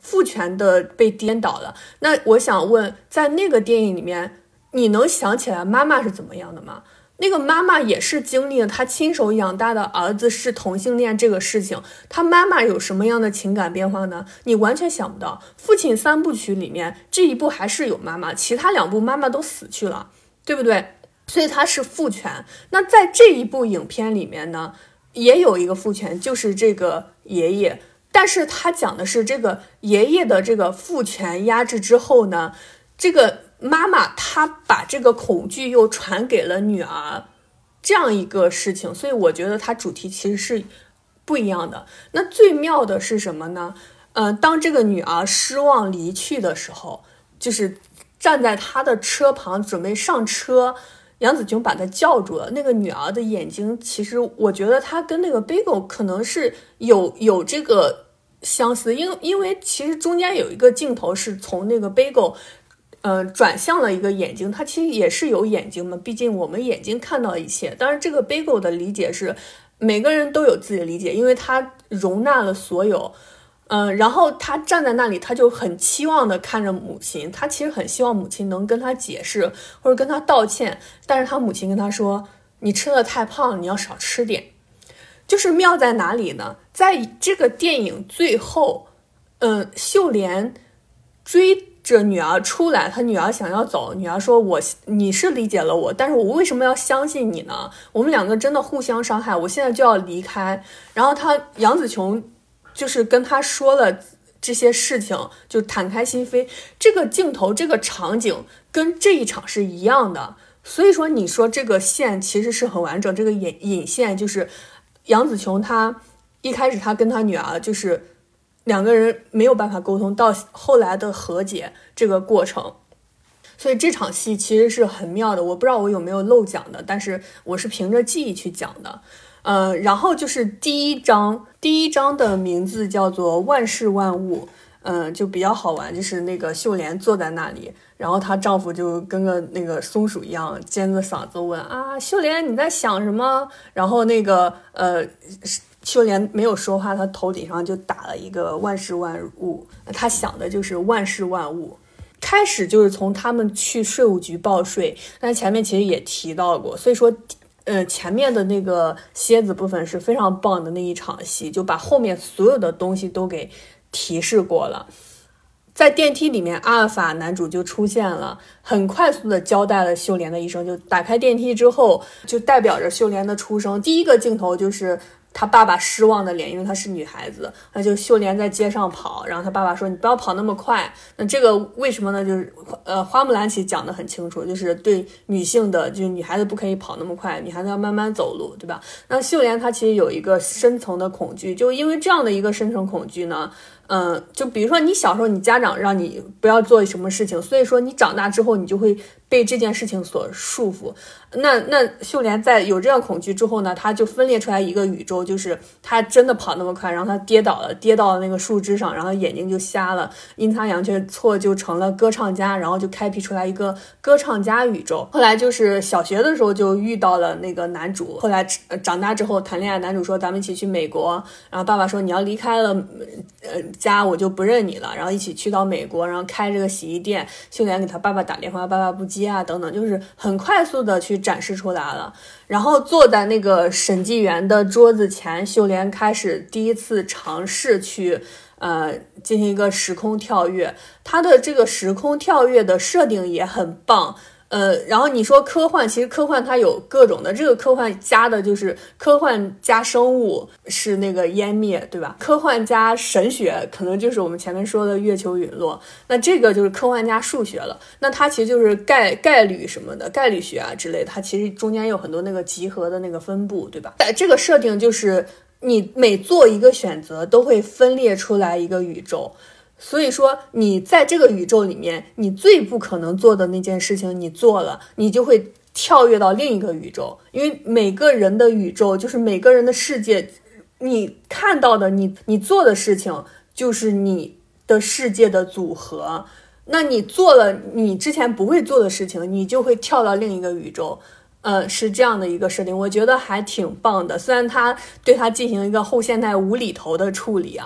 父权的被颠倒了。那我想问，在那个电影里面，你能想起来妈妈是怎么样的吗？那个妈妈也是经历了她亲手养大的儿子是同性恋这个事情，她妈妈有什么样的情感变化呢？你完全想不到。父亲三部曲里面这一部还是有妈妈，其他两部妈妈都死去了，对不对？所以它是父权。那在这一部影片里面呢，也有一个父权，就是这个爷爷，但是他讲的是这个爷爷的这个父权压制之后呢，这个妈妈她把这个恐惧又传给了女儿，这样一个事情。所以我觉得它主题其实是不一样的。那最妙的是什么呢？呃，当这个女儿失望离去的时候，就是站在她的车旁准备上车，杨紫琼把她叫住了。那个女儿的眼睛，其实我觉得她跟那个 Bagel 可能是有有这个相似，因为因为其实中间有一个镜头是从那个 Bagel 呃，转向了一个眼睛，它其实也是有眼睛嘛，毕竟我们眼睛看到一切。当然这个 Bagel 的理解是每个人都有自己的理解，因为他容纳了所有。嗯、呃，然后他站在那里，他就很期望的看着母亲，他其实很希望母亲能跟他解释或者跟他道歉，但是他母亲跟他说，你吃的太胖，你要少吃点。就是妙在哪里呢？在这个电影最后，嗯、呃，秀莲追着女儿出来，她女儿想要走，女儿说我你是理解了我，但是我为什么要相信你呢？我们两个真的互相伤害，我现在就要离开。然后她杨紫琼就是跟他说了这些事情，就坦开心扉。这个镜头这个场景跟这一场是一样的，所以说你说这个线其实是很完整。这个引引线就是杨紫琼她一开始她跟她女儿就是两个人没有办法沟通，到后来的和解这个过程。所以这场戏其实是很妙的，我不知道我有没有漏讲的，但是我是凭着记忆去讲的。呃，然后就是第一章，第一章的名字叫做万事万物，嗯、呃，就比较好玩，就是那个秀莲坐在那里，然后她丈夫就跟个那个松鼠一样，尖着嗓子问啊，秀莲你在想什么？然后那个呃。秀莲没有说话，她头顶上就打了一个万事万物，她想的就是万事万物。开始就是从他们去税务局报税，但前面其实也提到过，所以说呃，前面的那个蝎子部分是非常棒的那一场戏，就把后面所有的东西都给提示过了。在电梯里面，阿尔法男主就出现了，很快速的交代了秀莲的一生。就打开电梯之后，就代表着秀莲的出生。第一个镜头就是他爸爸失望的脸，因为她是女孩子，那就秀莲在街上跑，然后他爸爸说你不要跑那么快。那这个为什么呢？就是呃，花木兰其实讲得很清楚，就是对女性的，就是女孩子不可以跑那么快，女孩子要慢慢走路，对吧？那秀莲她其实有一个深层的恐惧，就因为这样的一个深层恐惧呢，嗯、呃，就比如说你小时候你家长让你不要做什么事情，所以说你长大之后你就会被这件事情所束缚。那那秀莲在有这样恐惧之后呢，她就分裂出来一个宇宙，就是她真的跑那么快，然后她跌倒了，跌到了那个树枝上，然后眼睛就瞎了，阴差阳错就成了歌唱家，然后就开辟出来一个歌唱家宇宙。后来就是小学的时候就遇到了那个男主，后来长大之后谈恋爱，男主说咱们一起去美国，然后爸爸说你要离开了呃家我就不认你了，然后一起去到美国，然后开这个洗衣店，秀莲给他爸爸打电话，爸爸不接啊等等，就是很快速的去展示出来了。然后坐在那个审计员的桌子前，秀莲开始第一次尝试去呃进行一个时空跳跃，它的这个时空跳跃的设定也很棒。呃，然后你说科幻，其实科幻它有各种的，这个科幻加的就是科幻加生物是那个湮灭，对吧？科幻加神学可能就是我们前面说的月球陨落，那这个就是科幻加数学了。那它其实就是概概率什么的，概率学啊之类的，它其实中间有很多那个集合的那个分布，对吧？但这个设定就是你每做一个选择都会分裂出来一个宇宙。所以说你在这个宇宙里面，你最不可能做的那件事情你做了，你就会跳跃到另一个宇宙。因为每个人的宇宙就是每个人的世界，你看到的你你做的事情就是你的世界的组合。那你做了你之前不会做的事情，你就会跳到另一个宇宙。呃，是这样的一个设定，我觉得还挺棒的。虽然他对他进行一个后现代无厘头的处理啊，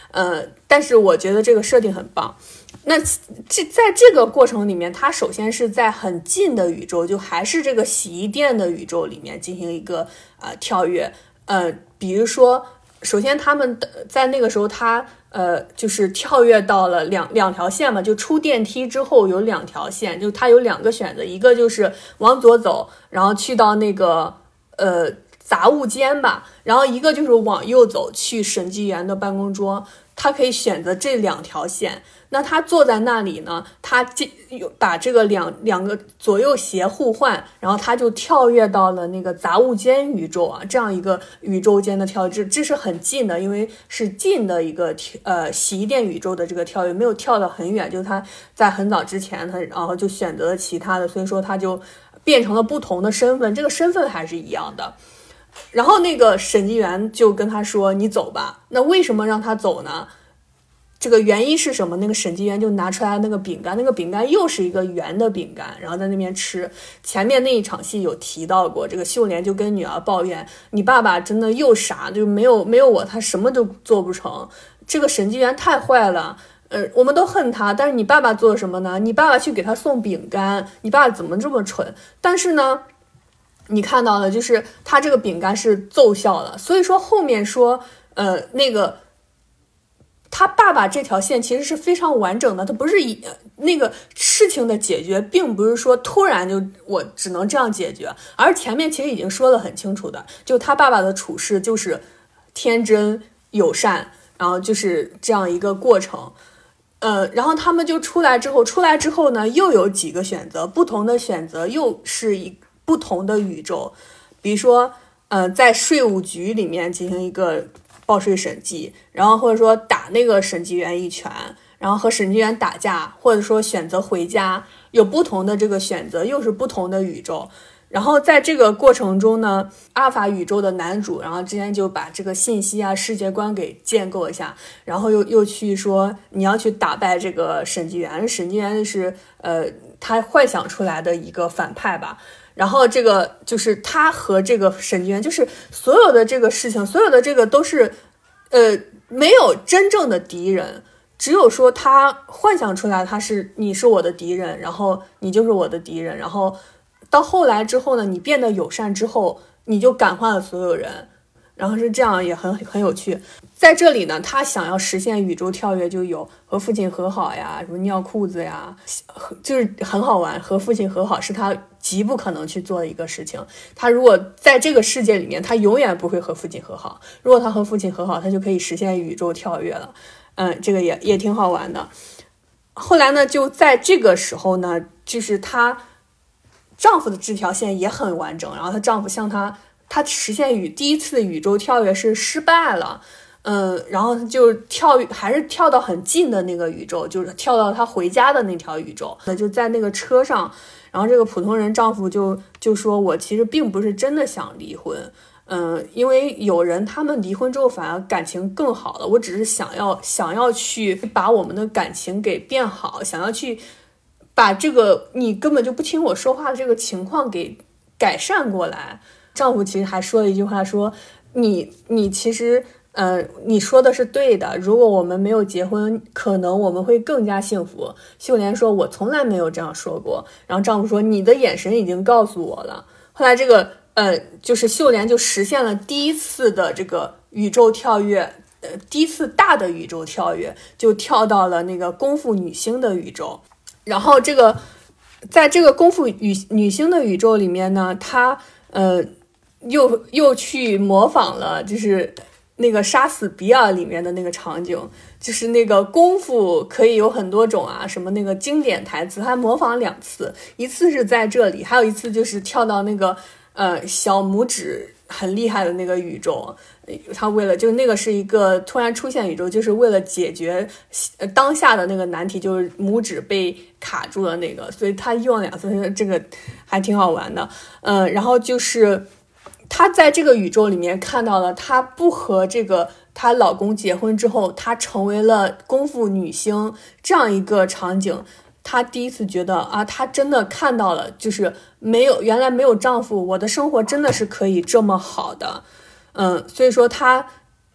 呃，但是我觉得这个设定很棒。那这在这个过程里面，它首先是在很近的宇宙，就还是这个洗衣店的宇宙里面进行一个呃跳跃。呃，比如说，首先他们在那个时候他呃就是跳跃到了两两条线嘛，就出电梯之后有两条线，就他有两个选择，一个就是往左走，然后去到那个呃杂物间吧，然后一个就是往右走去审计员的办公桌，他可以选择这两条线。那他坐在那里呢，他把这个两两个左右斜互换，然后他就跳跃到了那个杂物间宇宙啊，这样一个宇宙间的跳跃，这这是很近的，因为是近的一个呃洗衣店宇宙的这个跳跃，没有跳得很远，就是他在很早之前他然后就选择了其他的，所以说他就变成了不同的身份，这个身份还是一样的。然后那个审计员就跟他说你走吧，那为什么让他走呢？这个原因是什么？那个审计员就拿出来那个饼干，那个饼干又是一个圆的饼干，然后在那边吃。前面那一场戏有提到过，这个秀莲就跟女儿抱怨，你爸爸真的又傻，就没有没有我他什么都做不成，这个审计员太坏了，呃，我们都恨他，但是你爸爸做什么呢？你爸爸去给他送饼干，你爸爸怎么这么蠢？但是呢你看到了，就是他这个饼干是奏效了，所以说后面说呃那个他爸爸这条线其实是非常完整的，他不是以那个事情的解决并不是说突然就我只能这样解决，而前面其实已经说得很清楚的，就他爸爸的处事就是天真友善，然后就是这样一个过程。呃，然后他们就出来之后出来之后呢又有几个选择，不同的选择又是一不同的宇宙。比如说呃，在税务局里面进行一个报税审计，然后或者说打那个审计员一拳，然后和审计员打架，或者说选择回家，有不同的这个选择，又是不同的宇宙。然后在这个过程中呢，阿尔法宇宙的男主然后之前就把这个信息啊世界观给建构一下，然后又又去说你要去打败这个审计员，审计员是呃他幻想出来的一个反派吧。然后这个就是他和这个审计员，就是所有的这个事情，所有的这个都是呃没有真正的敌人，只有说他幻想出来他是你是我的敌人，然后你就是我的敌人，然后到后来之后呢，你变得友善之后，你就感化了所有人，然后是这样，也很很有趣。在这里呢，他想要实现宇宙跳跃，就有和父亲和好呀，什么尿裤子呀，就是很好玩。和父亲和好是他极不可能去做的一个事情。他如果在这个世界里面，他永远不会和父亲和好。如果他和父亲和好，他就可以实现宇宙跳跃了。嗯，这个也也挺好玩的。后来呢，就在这个时候呢，就是她丈夫的这条线也很完整，然后她丈夫向她，她实现宇第一次宇宙跳跃是失败了。嗯，然后就跳，还是跳到很近的那个宇宙，就是跳到他回家的那条宇宙。那就在那个车上，然后这个普通人丈夫就就说：“我其实并不是真的想离婚，嗯，因为有人他们离婚之后反而感情更好了。我只是想要想要去把我们的感情给变好，想要去把这个你根本就不听我说话的这个情况给改善过来。”丈夫其实还说了一句话，说：“你你其实。”呃，你说的是对的，如果我们没有结婚，可能我们会更加幸福。秀莲说：“我从来没有这样说过。”然后丈夫说：“你的眼神已经告诉我了。”后来这个呃，就是秀莲就实现了第一次的这个宇宙跳跃，呃，第一次大的宇宙跳跃，就跳到了那个功夫女星的宇宙。然后这个在这个功夫女女星的宇宙里面呢，她呃又又去模仿了，就是那个杀死比尔里面的那个场景，就是那个功夫可以有很多种啊，什么那个经典台词，他模仿两次，一次是在这里，还有一次就是跳到那个呃小拇指很厉害的那个宇宙。他为了就那个是一个突然出现宇宙，就是为了解决当下的那个难题，就是拇指被卡住了那个，所以他用了两次，这个还挺好玩的。嗯、呃，然后就是她在这个宇宙里面看到了她不和这个她老公结婚之后，她成为了功夫女星这样一个场景。她第一次觉得啊，她真的看到了，就是没有原来没有丈夫，我的生活真的是可以这么好的。嗯，所以说她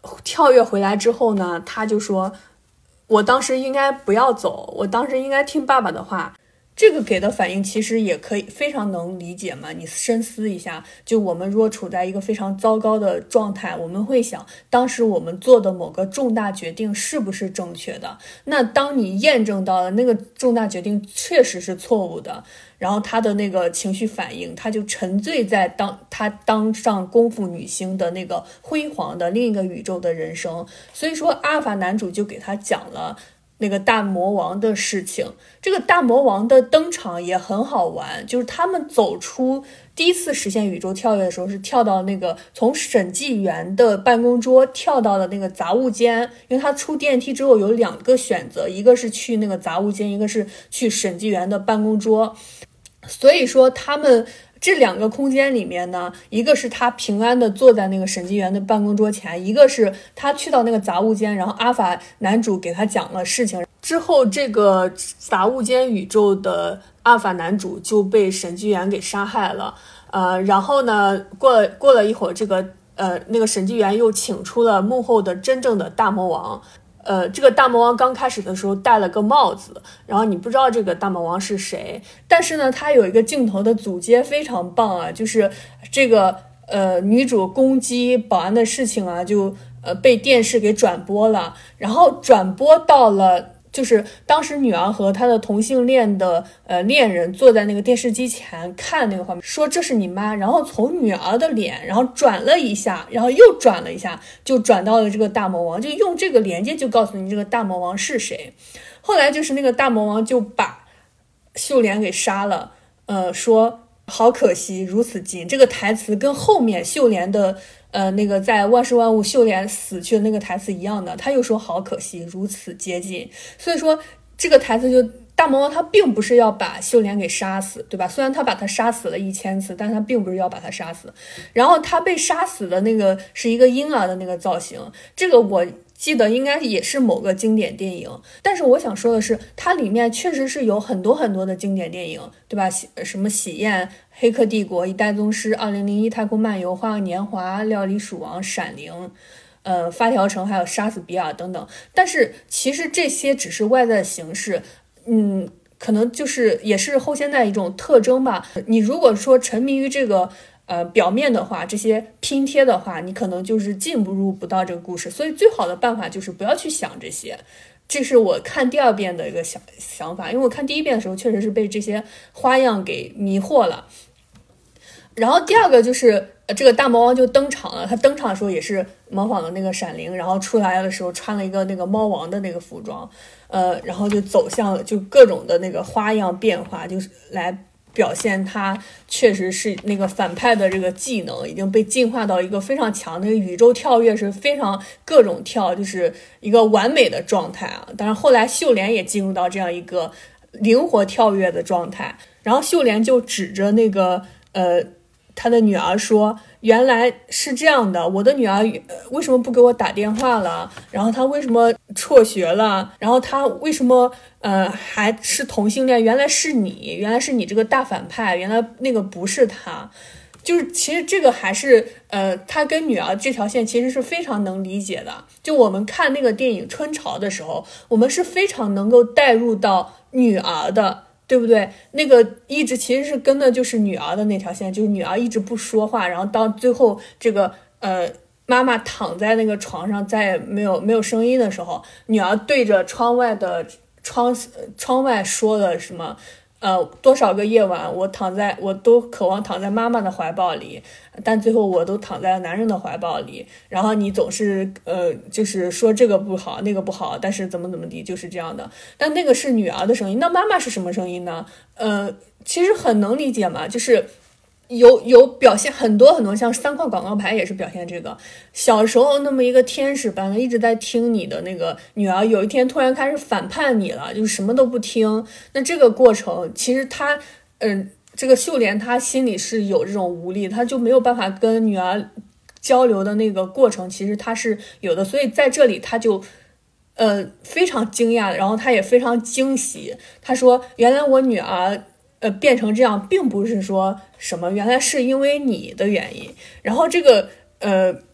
跳跃回来之后呢，他就说我当时应该不要走，我当时应该听爸爸的话。这个给的反应其实也可以非常能理解嘛，你深思一下，就我们如果处在一个非常糟糕的状态，我们会想当时我们做的某个重大决定是不是正确的，那当你验证到了那个重大决定确实是错误的，然后他的那个情绪反应，他就沉醉在当他当上功夫女星的那个辉煌的另一个宇宙的人生。所以说阿尔法男主就给他讲了那个大魔王的事情。这个大魔王的登场也很好玩，就是他们走出第一次实现宇宙跳跃的时候，是跳到那个从审计员的办公桌跳到了那个杂物间，因为他出电梯之后有两个选择，一个是去那个杂物间，一个是去审计员的办公桌。所以说他们这两个空间里面呢，一个是他平安的坐在那个审计员的办公桌前，一个是他去到那个杂物间，然后阿法男主给他讲了事情之后，这个杂物间宇宙的阿法男主就被审计员给杀害了。呃，然后呢，过了过了一会儿，这个呃那个审计员又请出了幕后的真正的大魔王。呃，这个大魔王刚开始的时候戴了个帽子，然后你不知道这个大魔王是谁，但是呢，他有一个镜头的组接非常棒啊，就是这个呃女主攻击保安的事情啊，就呃被电视给转播了，然后转播到了。就是当时女儿和她的同性恋的呃恋人坐在那个电视机前看那个画面，说这是你妈，然后从女儿的脸，然后转了一下，然后又转了一下，就转到了这个大魔王，就用这个连接就告诉你这个大魔王是谁。后来就是那个大魔王就把秀莲给杀了，呃，说好可惜如此近，这个台词跟后面秀莲的呃，那个在万事万物秀莲死去的那个台词一样的，他又说好可惜如此接近。所以说这个台词就大魔王他并不是要把秀莲给杀死，对吧？虽然他把他杀死了一千次，但他并不是要把他杀死。然后他被杀死的那个是一个婴儿的那个造型，这个我记得应该也是某个经典电影。但是我想说的是，它里面确实是有很多很多的经典电影，对吧？什么喜宴、黑客帝国、一代宗师、二零零一太空漫游、花样年华、料理鼠王、闪灵、呃发条城，还有杀死比尔等等。但是其实这些只是外在的形式，嗯，可能就是也是后现代一种特征吧。你如果说沉迷于这个呃，表面的话，这些拼贴的话，你可能就是进入不到这个故事，所以最好的办法就是不要去想这些。这是我看第二遍的一个想想法，因为我看第一遍的时候确实是被这些花样给迷惑了。然后第二个就是呃，这个大魔王就登场了，他登场的时候也是模仿了那个闪灵，然后出来的时候穿了一个那个猫王的那个服装，呃，然后就走向就各种的那个花样变化，就是来表现他确实是那个反派的这个技能已经被进化到一个非常强的宇宙跳跃，是非常各种跳，就是一个完美的状态啊。当然后来秀莲也进入到这样一个灵活跳跃的状态，然后秀莲就指着那个呃他的女儿说，原来是这样的，我的女儿为什么不给我打电话了，然后她为什么辍学了，然后她为什么呃还是同性恋，原来是你，原来是你这个大反派，原来那个不是他。就是其实这个还是呃他跟女儿这条线其实是非常能理解的。就我们看那个电影春潮的时候，我们是非常能够带入到女儿的，对不对？那个一直其实是跟的就是女儿的那条线，就是女儿一直不说话，然后到最后这个呃妈妈躺在那个床上再也没有没有声音的时候，女儿对着窗外的窗窗外说了什么呃，多少个夜晚我躺在我都渴望躺在妈妈的怀抱里，但最后我都躺在了男人的怀抱里，然后你总是呃就是说这个不好那个不好，但是怎么怎么地就是这样的。但那个是女儿的声音，那妈妈是什么声音呢？呃其实很能理解嘛，就是有有表现很多很多，像三块广告牌也是表现这个小时候那么一个天使般的一直在听你的那个女儿，有一天突然开始反叛你了，就是什么都不听。那这个过程其实他嗯、呃，这个秀莲她心里是有这种无力，她就没有办法跟女儿交流的那个过程其实她是有的，所以在这里她就呃非常惊讶，然后她也非常惊喜，她说原来我女儿呃，变成这样并不是说什么，原来是因为你的原因。然后这个呃，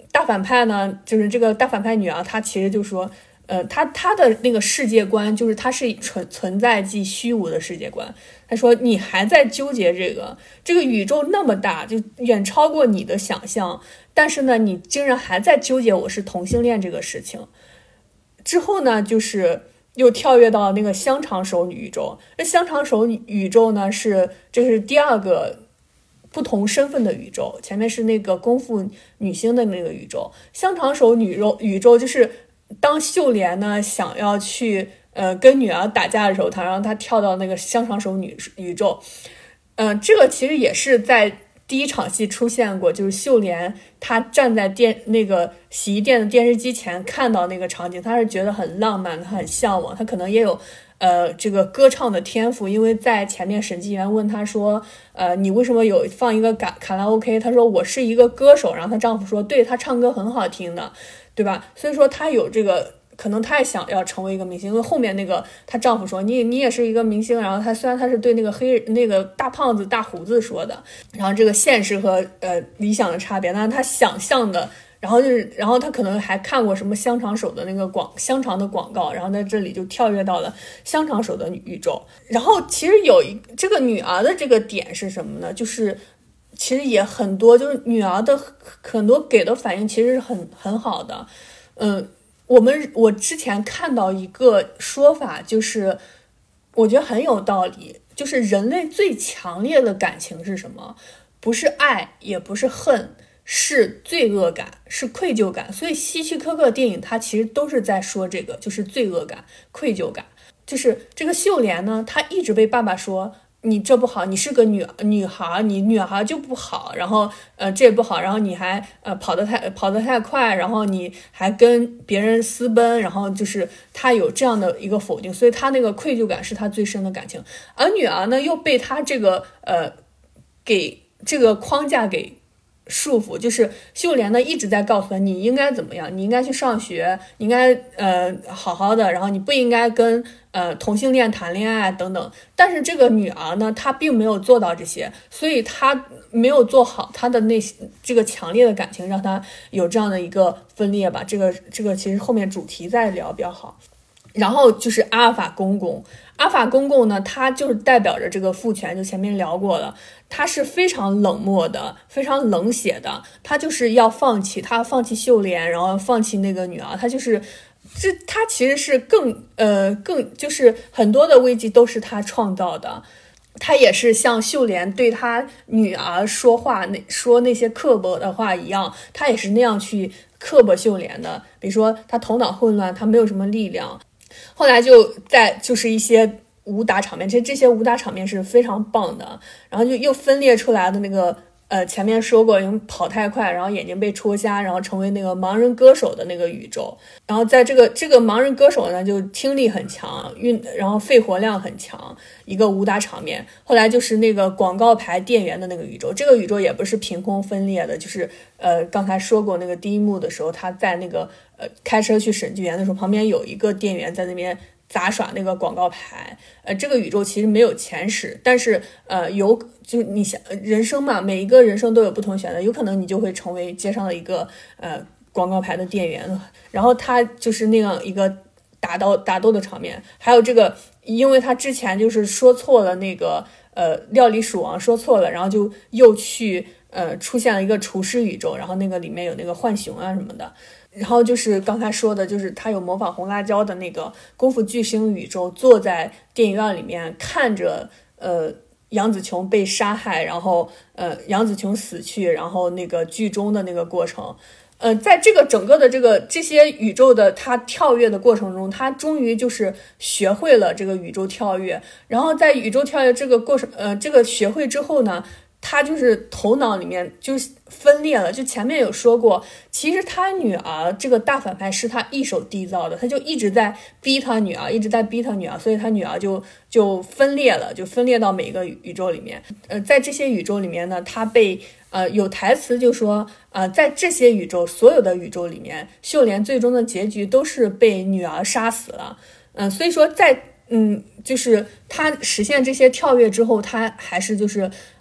大反派呢，就是这个大反派女儿，她其实就说，呃，她她的那个世界观就是它是存存在即虚无的世界观。她说你还在纠结这个，这个宇宙那么大，就远超过你的想象，但是呢，你竟然还在纠结我是同性恋这个事情。之后呢，就是又跳跃到那个香肠手宇宙。那香肠手宇宙呢，是这是第二个不同身份的宇宙，前面是那个功夫女星的那个宇宙。香肠手宇宙宇宙就是当秀莲呢想要去呃跟女儿打架的时候，她让她跳到那个香肠手女宇宙。嗯、呃，这个其实也是在第一场戏出现过，就是秀莲她站在电那个洗衣店的电视机前看到那个场景，她是觉得很浪漫，她很向往，她可能也有呃，这个歌唱的天赋。因为在前面审计员问她说，呃，你为什么有放一个卡卡拉 OK？ 她说我是一个歌手，然后她丈夫说，对，她唱歌很好听的，对吧？所以说她有这个。可能她也想要成为一个明星，因为后面那个她丈夫说你你也是一个明星，然后她虽然她是对那个黑那个大胖子大胡子说的，然后这个现实和呃理想的差别，但是她想象的，然后就是然后她可能还看过什么香肠手的那个广香肠的广告，然后在这里就跳跃到了香肠手的宇宙。然后其实有一这个女儿的这个点是什么呢？就是其实也很多，就是女儿的很多给的反应其实是很很好的，嗯。我们我之前看到一个说法，就是我觉得很有道理，就是人类最强烈的感情是什么？不是爱，也不是恨，是罪恶感，是愧疚感。所以希区柯克电影它其实都是在说这个，就是罪恶感、愧疚感。就是这个秀莲呢，她一直被爸爸说你这不好，你是个女女孩，你女孩就不好，然后呃这不好，然后你还呃跑得太跑得太快，然后你还跟别人私奔，然后就是他有这样的一个否定，所以他那个愧疚感是他最深的感情。而女儿呢又被他这个呃给这个框架给束缚，就是秀莲呢一直在告诉他你应该怎么样，你应该去上学，你应该呃好好的，然后你不应该跟呃同性恋谈恋爱等等。但是这个女儿呢，她并没有做到这些，所以她没有做好她的那这个强烈的感情，让她有这样的一个分裂吧。这个这个其实后面主题再聊比较好。然后就是阿尔法公公，阿尔法公公呢，他就是代表着这个父权，就前面聊过了，他是非常冷漠的，非常冷血的，他就是要放弃，他放弃秀莲，然后放弃那个女儿，他就是这他其实是更呃更就是很多的危机都是他创造的。他也是像秀莲对他女儿说话那说那些刻薄的话一样，他也是那样去刻薄秀莲的。比如说他头脑混乱，他没有什么力量。后来就在就是一些武打场面，其实这些武打场面是非常棒的，然后就又分裂出来的那个呃前面说过因为跑太快，然后眼睛被戳瞎，然后成为那个盲人歌手的那个宇宙。然后在这个这个盲人歌手呢，就听力很强，运然后肺活量很强，一个武打场面。后来就是那个广告牌店员的那个宇宙，这个宇宙也不是凭空分裂的，就是呃刚才说过那个第一幕的时候，他在那个呃开车去审计员的时候，旁边有一个店员在那边杂耍那个广告牌。呃，这个宇宙其实没有前史，但是呃有就你想人生嘛，每一个人生都有不同选择，有可能你就会成为街上的一个呃广告牌的店员，然后他就是那样一个打斗打斗的场面。还有这个，因为他之前就是说错了那个呃料理鼠王说错了，然后就又去呃出现了一个厨师宇宙，然后那个里面有那个浣熊啊什么的。然后就是刚才说的，就是他有模仿红辣椒的那个功夫巨星宇宙，坐在电影院里面看着呃杨紫琼被杀害，然后呃杨紫琼死去，然后那个剧中的那个过程。呃，在这个整个的这个这些宇宙的他跳跃的过程中，他终于就是学会了这个宇宙跳跃。然后在宇宙跳跃这个过程，呃，这个学会之后呢，他就是头脑里面就分裂了。就前面有说过，其实他女儿这个大反派是他一手缔造的，他就一直在逼他女儿，一直在逼他女儿，所以他女儿就就分裂了，就分裂到每一个宇宙里面。呃，在这些宇宙里面呢，他被呃有台词就说，呃，在这些宇宙所有的宇宙里面，秀莲最终的结局都是被女儿杀死了。嗯、呃，所以说在嗯，就是他实现这些跳跃之后，他还是就是。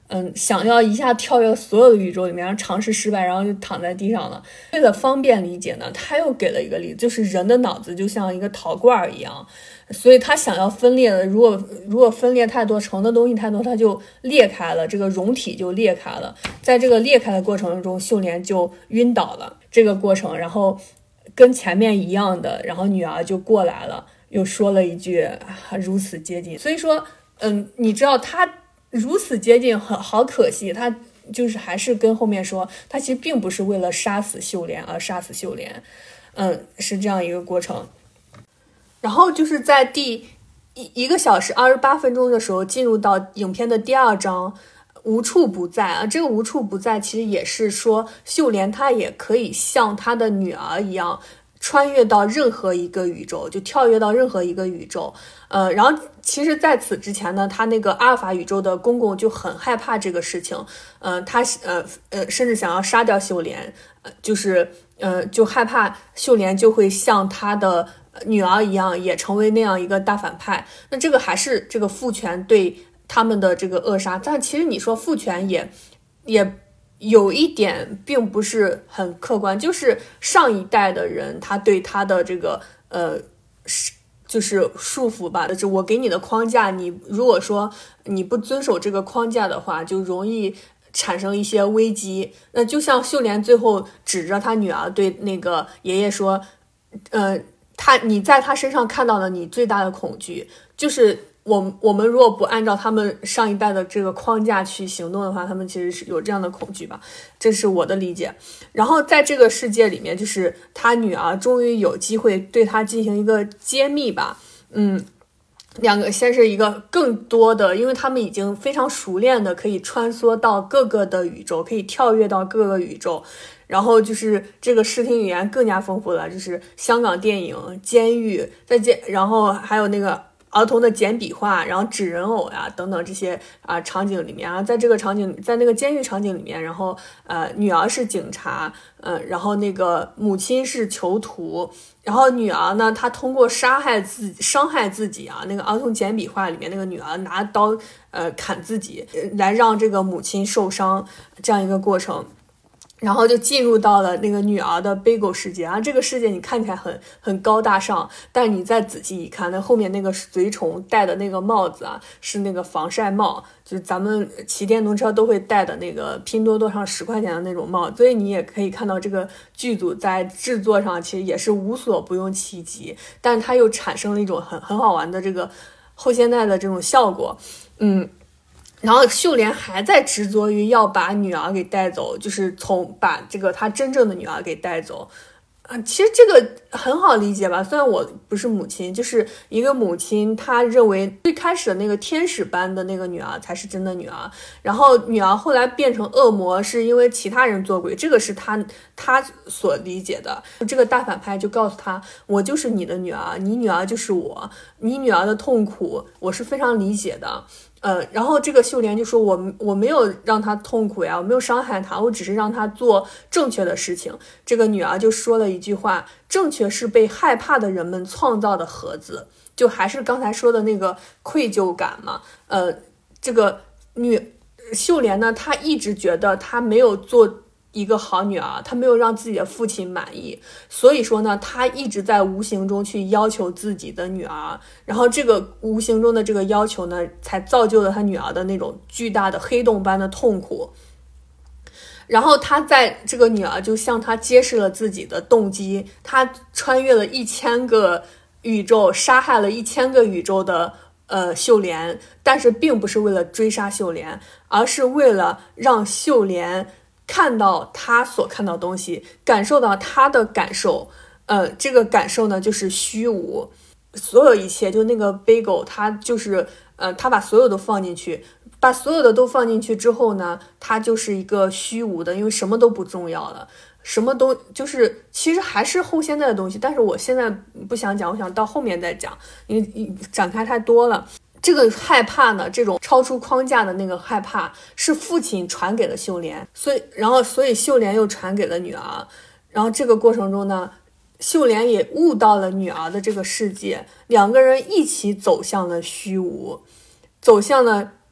嗯，想要一下跳跃所有的宇宙里面，然后尝试失败，然后就躺在地上了。为了方便理解呢，他又给了一个例子，就是人的脑子就像一个陶罐一样，所以他想要分裂的，如果如果分裂太多，盛的东西太多，它就裂开了，这个容体就裂开了。在这个裂开的过程中，秀莲就晕倒了。这个过程，然后跟前面一样的，然后女儿就过来了，又说了一句、啊、如此接近。所以说，嗯，你知道他如此接近，很好可惜，他就是还是跟后面说，他其实并不是为了杀死秀莲而杀死秀莲，嗯，是这样一个过程。然后就是在第一一个小时二十八分钟的时候，进入到影片的第二章。无处不在啊，这个无处不在其实也是说秀莲她也可以像她的女儿一样穿越到任何一个宇宙，就跳跃到任何一个宇宙。呃，然后其实在此之前呢，他那个阿尔法宇宙的公公就很害怕这个事情，呃，他呃呃甚至想要杀掉秀莲，呃，就是呃就害怕秀莲就会像他的女儿一样，也成为那样一个大反派。那这个还是这个父权对他们的这个扼杀，但其实你说父权也也有一点并不是很客观，就是上一代的人他对他的这个呃就是束缚吧，就是我给你的框架，你如果说你不遵守这个框架的话，就容易产生一些危机。那就像秀莲最后指着他女儿对那个爷爷说，呃，他你在他身上看到了你最大的恐惧，就是我我们如果不按照他们上一代的这个框架去行动的话，他们其实是有这样的恐惧吧，这是我的理解。然后在这个世界里面，就是他女儿终于有机会对他进行一个揭秘吧，嗯。两个先是一个更多的，因为他们已经非常熟练的可以穿梭到各个的宇宙，可以跳跃到各个宇宙，然后就是这个视听语言更加丰富了，就是香港电影、监狱，再监，然后还有那个儿童的简笔画，然后纸人偶呀、啊、等等这些啊、呃、场景里面啊，在这个场景，在那个监狱场景里面，然后呃女儿是警察，呃，然后那个母亲是囚徒，然后女儿呢，她通过杀害自己、伤害自己啊，那个儿童简笔画里面那个女儿拿刀呃砍自己，来让这个母亲受伤，这样一个过程。然后就进入到了那个女儿的 bagel 世界啊，这个世界你看起来很很高大上，但你再仔细一看，那后面那个随从戴的那个帽子啊，是那个防晒帽，就是咱们骑电动车都会戴的那个拼多多上十块钱的那种帽，所以你也可以看到这个剧组在制作上其实也是无所不用其极，但它又产生了一种很很好玩的这个后现代的这种效果，嗯。然后秀莲还在执着于要把女儿给带走，就是从把这个她真正的女儿给带走啊。其实这个很好理解吧，虽然我不是母亲，就是一个母亲，她认为最开始的那个天使般的那个女儿才是真的女儿，然后女儿后来变成恶魔是因为其他人做鬼，这个是她她所理解的。这个大反派就告诉她，我就是你的女儿，你女儿就是我，你女儿的痛苦我是非常理解的。呃，然后这个秀莲就说我我没有让她痛苦呀，我没有伤害她，我只是让她做正确的事情。这个女儿就说了一句话，正确是被害怕的人们创造的盒子，就还是刚才说的那个愧疚感嘛。呃，这个女秀莲呢，她一直觉得她没有做一个好女儿，她没有让自己的父亲满意，所以说呢，她一直在无形中去要求自己的女儿，然后这个无形中的这个要求呢，才造就了她女儿的那种巨大的黑洞般的痛苦。然后她在这个女儿就向她揭示了自己的动机，她穿越了一千个宇宙，杀害了一千个宇宙的呃秀莲，但是并不是为了追杀秀莲，而是为了让秀莲看到他所看到的东西，感受到他的感受，呃，这个感受呢就是虚无，所有一切就那个 bagel， 他就是呃，他把所有都放进去，把所有的都放进去之后呢，它就是一个虚无的，因为什么都不重要了，什么都就是其实还是后现代的东西，但是我现在不想讲，我想到后面再讲，因为展开太多了。这个害怕呢，这种超出框架的那个害怕是父亲传给了秀莲，所以然后所以秀莲又传给了女儿，然后这个过程中呢，秀莲也悟到了女儿的这个世界，两个人一起走向了虚无，走向了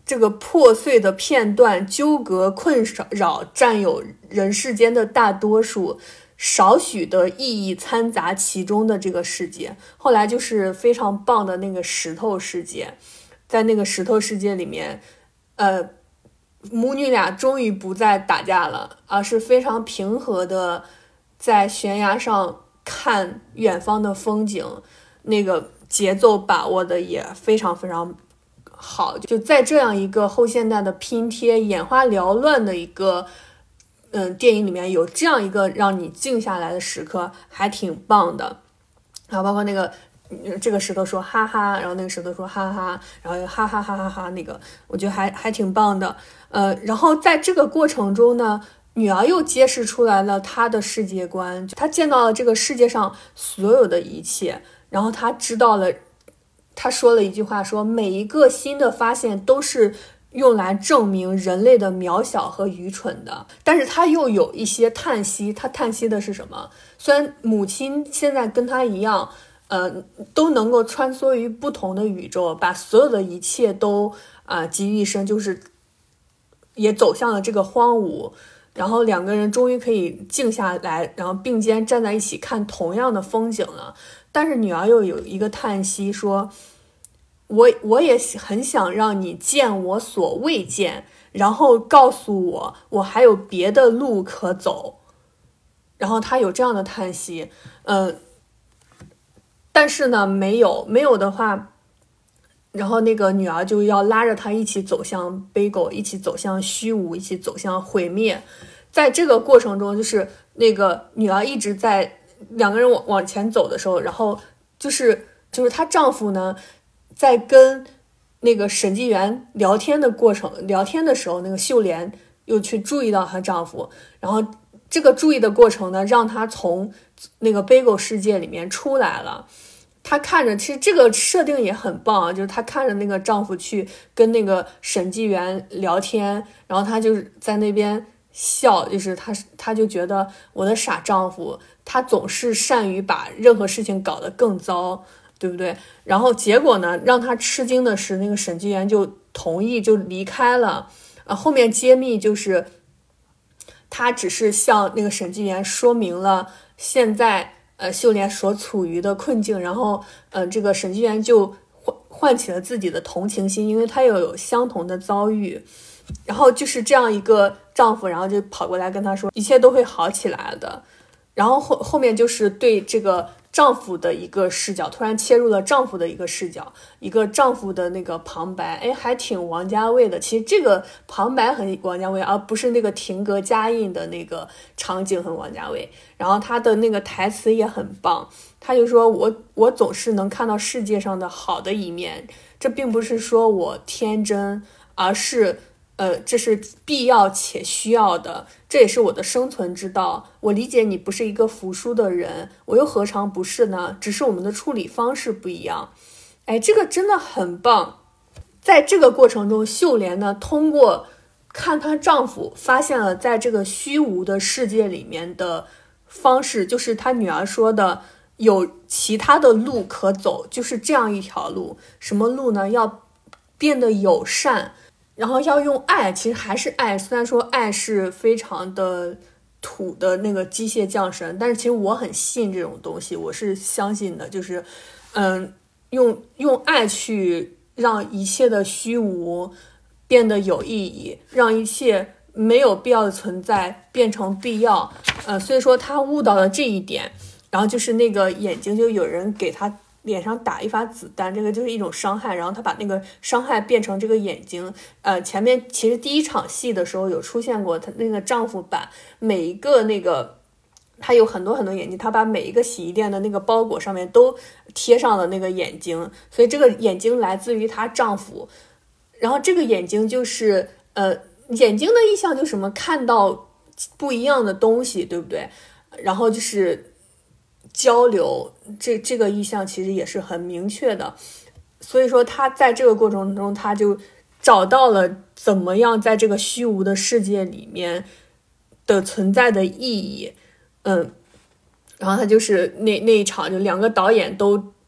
这个破碎的片段纠葛困扰占有人世间的大多数，少许的意义掺杂其中的这个世界。后来就是非常棒的那个石头世界，在那个石头世界里面，呃，母女俩终于不再打架了，而是非常平和的在悬崖上看远方的风景，那个节奏把握的也非常非常好。就在这样一个后现代的拼贴眼花缭乱的一个嗯电影里面，有这样一个让你静下来的时刻，还挺棒的。然后包括那个这个石头说哈哈，然后那个石头说哈哈，然后哈哈哈哈哈，那个我觉得还还挺棒的。呃，然后在这个过程中呢，女儿又揭示出来了她的世界观，她见到了这个世界上所有的一切，然后她知道了，她说了一句话，说每一个新的发现都是用来证明人类的渺小和愚蠢的。但是她又有一些叹息，她叹息的是什么？虽然母亲现在跟她一样呃，都能够穿梭于不同的宇宙，把所有的一切都啊、呃、集于一身，就是也走向了这个荒芜，然后两个人终于可以静下来，然后并肩站在一起看同样的风景了。但是女儿又有一个叹息，说我我也很想让你见我所未见，然后告诉我我还有别的路可走。然后她有这样的叹息，嗯、呃。但是呢，没有没有的话，然后那个女儿就要拉着他一起走向悲狗，一起走向虚无，一起走向毁灭。在这个过程中，就是那个女儿一直在两个人往往前走的时候，然后就是就是她丈夫呢，在跟那个审计员聊天的过程聊天的时候，那个秀莲又去注意到她丈夫，然后这个注意的过程呢，让她从那个悲狗世界里面出来了。她看着，其实这个设定也很棒啊，就是她看着那个丈夫去跟那个审计员聊天，然后她就是在那边笑，就是她她就觉得我的傻丈夫，他总是善于把任何事情搞得更糟，对不对？然后结果呢，让她吃惊的是，那个审计员就同意就离开了。啊，后面揭秘就是他只是向那个审计员说明了现在呃秀莲所处于的困境，然后呃这个审计员就唤唤起了自己的同情心，因为他又有相同的遭遇。然后就是这样一个丈夫，然后就跑过来跟他说一切都会好起来的。然后后后面就是对这个丈夫的一个视角，突然切入了丈夫的一个视角，一个丈夫的那个旁白，哎，还挺王家卫的。其实这个旁白很王家卫，而不是那个停格加印的那个场景很王家卫。然后他的那个台词也很棒，他就说我我总是能看到世界上的好的一面，这并不是说我天真，而是呃，这是必要且需要的，这也是我的生存之道。我理解你不是一个服输的人，我又何尝不是呢？只是我们的处理方式不一样。哎，这个真的很棒。在这个过程中，秀莲呢，通过看她丈夫，发现了在这个虚无的世界里面的方式，就是她女儿说的，有其他的路可走，就是这样一条路。什么路呢？要变得友善。然后要用爱，其实还是爱，虽然说爱是非常的土的那个机械降神，但是其实我很信这种东西，我是相信的，就是嗯，用用爱去让一切的虚无变得有意义，让一切没有必要的存在变成必要。呃，所以说他悟到了这一点。然后就是那个眼睛，就有人给他脸上打一发子弹，这个就是一种伤害，然后他把那个伤害变成这个眼睛。呃，前面其实第一场戏的时候有出现过，她那个丈夫把每一个那个，他有很多很多眼睛，他把每一个洗衣店的那个包裹上面都贴上了那个眼睛，所以这个眼睛来自于她丈夫。然后这个眼睛就是呃，眼睛的意象就是什么？看到不一样的东西，对不对？然后就是交流，这这个意向其实也是很明确的。所以说他在这个过程中，他就找到了怎么样在这个虚无的世界里面的存在的意义。嗯，然后他就是那那一场，就两个导演都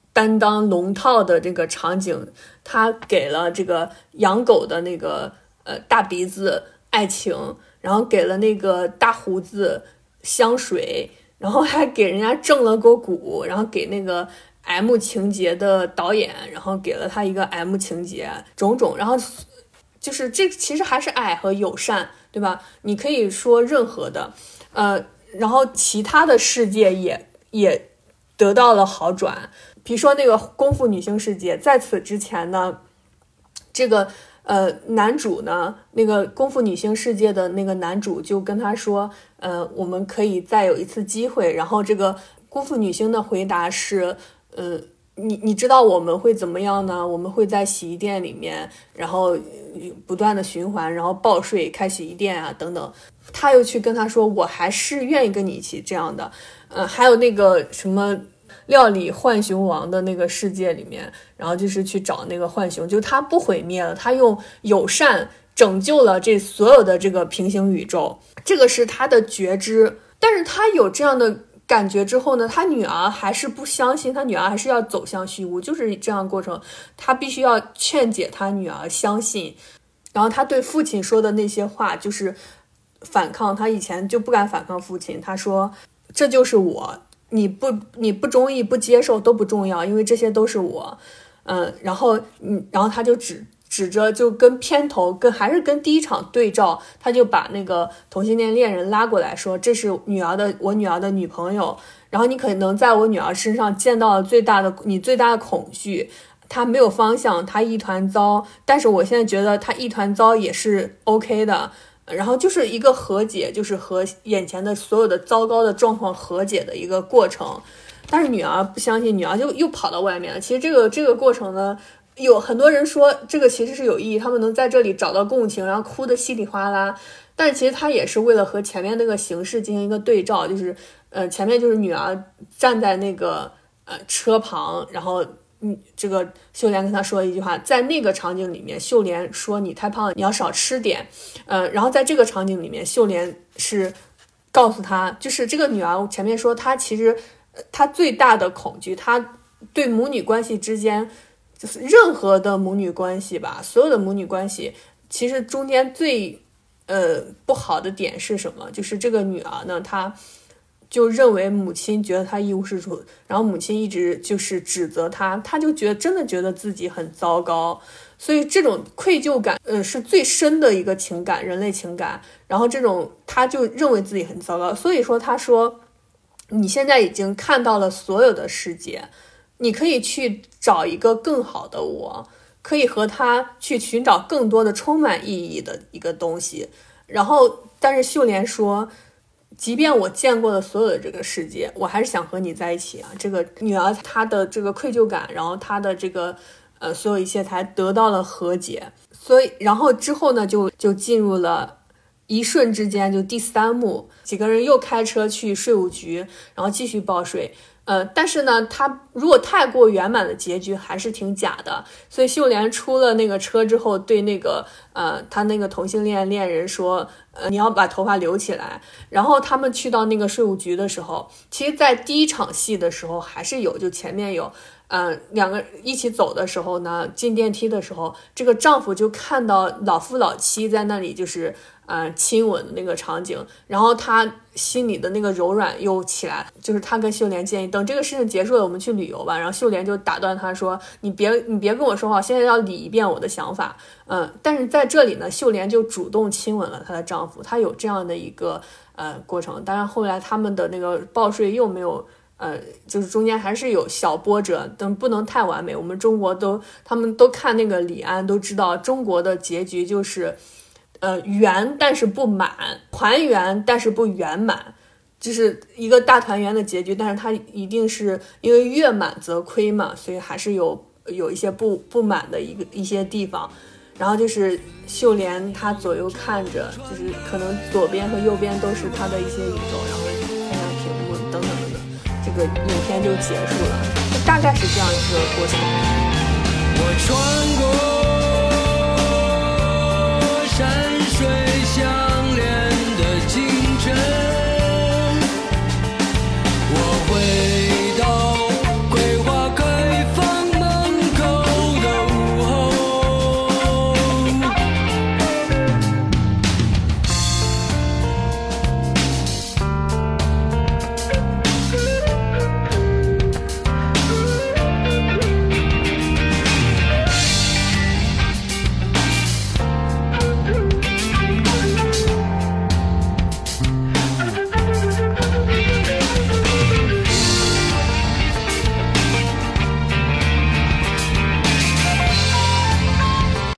担当龙套的这个场景，他给了这个养狗的那个呃大鼻子爱情，然后给了那个大胡子香水，然后还给人家正了个鼓，然后给那个 M 情节的导演，然后给了他一个 M 情节，种种，然后就是这其实还是爱和友善，对吧？你可以说任何的，呃，然后其他的世界也也得到了好转，比如说那个功夫女星世界，在此之前呢，这个呃男主呢，那个功夫女星世界的那个男主就跟他说，呃，我们可以再有一次机会，然后这个功夫女星的回答是，呃。你你知道我们会怎么样呢？我们会在洗衣店里面，然后不断的循环，然后报税、开洗衣店啊等等。他又去跟他说，我还是愿意跟你一起这样的。呃，还有那个什么料理浣熊王的那个世界里面，然后就是去找那个浣熊，就他不毁灭了，他用友善拯救了这所有的这个平行宇宙，这个是他的觉知。但是他有这样的感觉之后呢，他女儿还是不相信，他女儿还是要走向虚无，就是这样的过程，他必须要劝解他女儿相信。然后他对父亲说的那些话就是反抗，他以前就不敢反抗父亲，他说这就是我，你不你不中意不接受都不重要，因为这些都是我。嗯，然后嗯，然后他就指指着就跟片头跟还是跟第一场对照，他就把那个同性恋恋人拉过来说，这是女儿的我女儿的女朋友，然后你可能在我女儿身上见到了最大的你最大的恐惧，她没有方向，她一团糟，但是我现在觉得她一团糟也是 OK 的，然后就是一个和解，就是和眼前的所有的糟糕的状况和解的一个过程。但是女儿不相信，女儿就又跑到外面了。其实这个这个过程呢，有很多人说这个其实是有意义，他们能在这里找到共情，然后哭得稀里哗啦。但是其实他也是为了和前面那个形式进行一个对照，就是呃前面就是女儿站在那个呃车旁，然后嗯这个秀莲跟他说了一句话，在那个场景里面，秀莲说你太胖了，你要少吃点。呃，然后在这个场景里面，秀莲是告诉他，就是这个女儿前面说她其实她最大的恐惧，她对母女关系之间。就是任何的母女关系吧，所有的母女关系，其实中间最呃不好的点是什么？就是这个女儿呢，她就认为母亲觉得她一无是处，然后母亲一直就是指责她，她就觉得真的觉得自己很糟糕，所以这种愧疚感，呃，是最深的一个情感，人类情感。然后这种她就认为自己很糟糕，所以说她说，你现在已经看到了所有的世界。你可以去找一个更好的我，可以和他去寻找更多的充满意义的一个东西。然后，但是秀莲说，即便我见过了所有的这个世界，我还是想和你在一起啊。这个女儿她的这个愧疚感，然后她的这个呃所有一切才得到了和解。所以，然后之后呢，就就进入了一瞬之间，就第三幕，几个人又开车去税务局，然后继续报税。呃，但是呢，他如果太过圆满的结局还是挺假的，所以秀莲出了那个车之后，对那个呃他那个同性恋恋人说，呃你要把头发留起来。然后他们去到那个税务局的时候，其实在第一场戏的时候还是有，就前面有呃两个一起走的时候呢，进电梯的时候，这个丈夫就看到老夫老妻在那里就是呃亲吻的那个场景，然后他心里的那个柔软又起来，就是他跟秀莲建议，等这个事情结束了，我们去旅游吧。然后秀莲就打断他说，你别你别跟我说话，现在要理一遍我的想法。嗯，但是在这里呢，秀莲就主动亲吻了她的丈夫，她有这样的一个呃过程。当然后来他们的那个报税又没有呃，就是中间还是有小波折，但不能太完美。我们中国都他们都看那个李安都知道，中国的结局就是呃，圆但是不满，团圆但是不圆满，就是一个大团圆的结局，但是它一定是因为月满则亏嘛，所以还是有有一些不不满的一个一些地方。然后就是秀莲她左右看着，就是可能左边和右边都是她的一些宇宙，然后看向屏幕等等等等，这个影片就结束了，大概是这样一个过程。 我穿过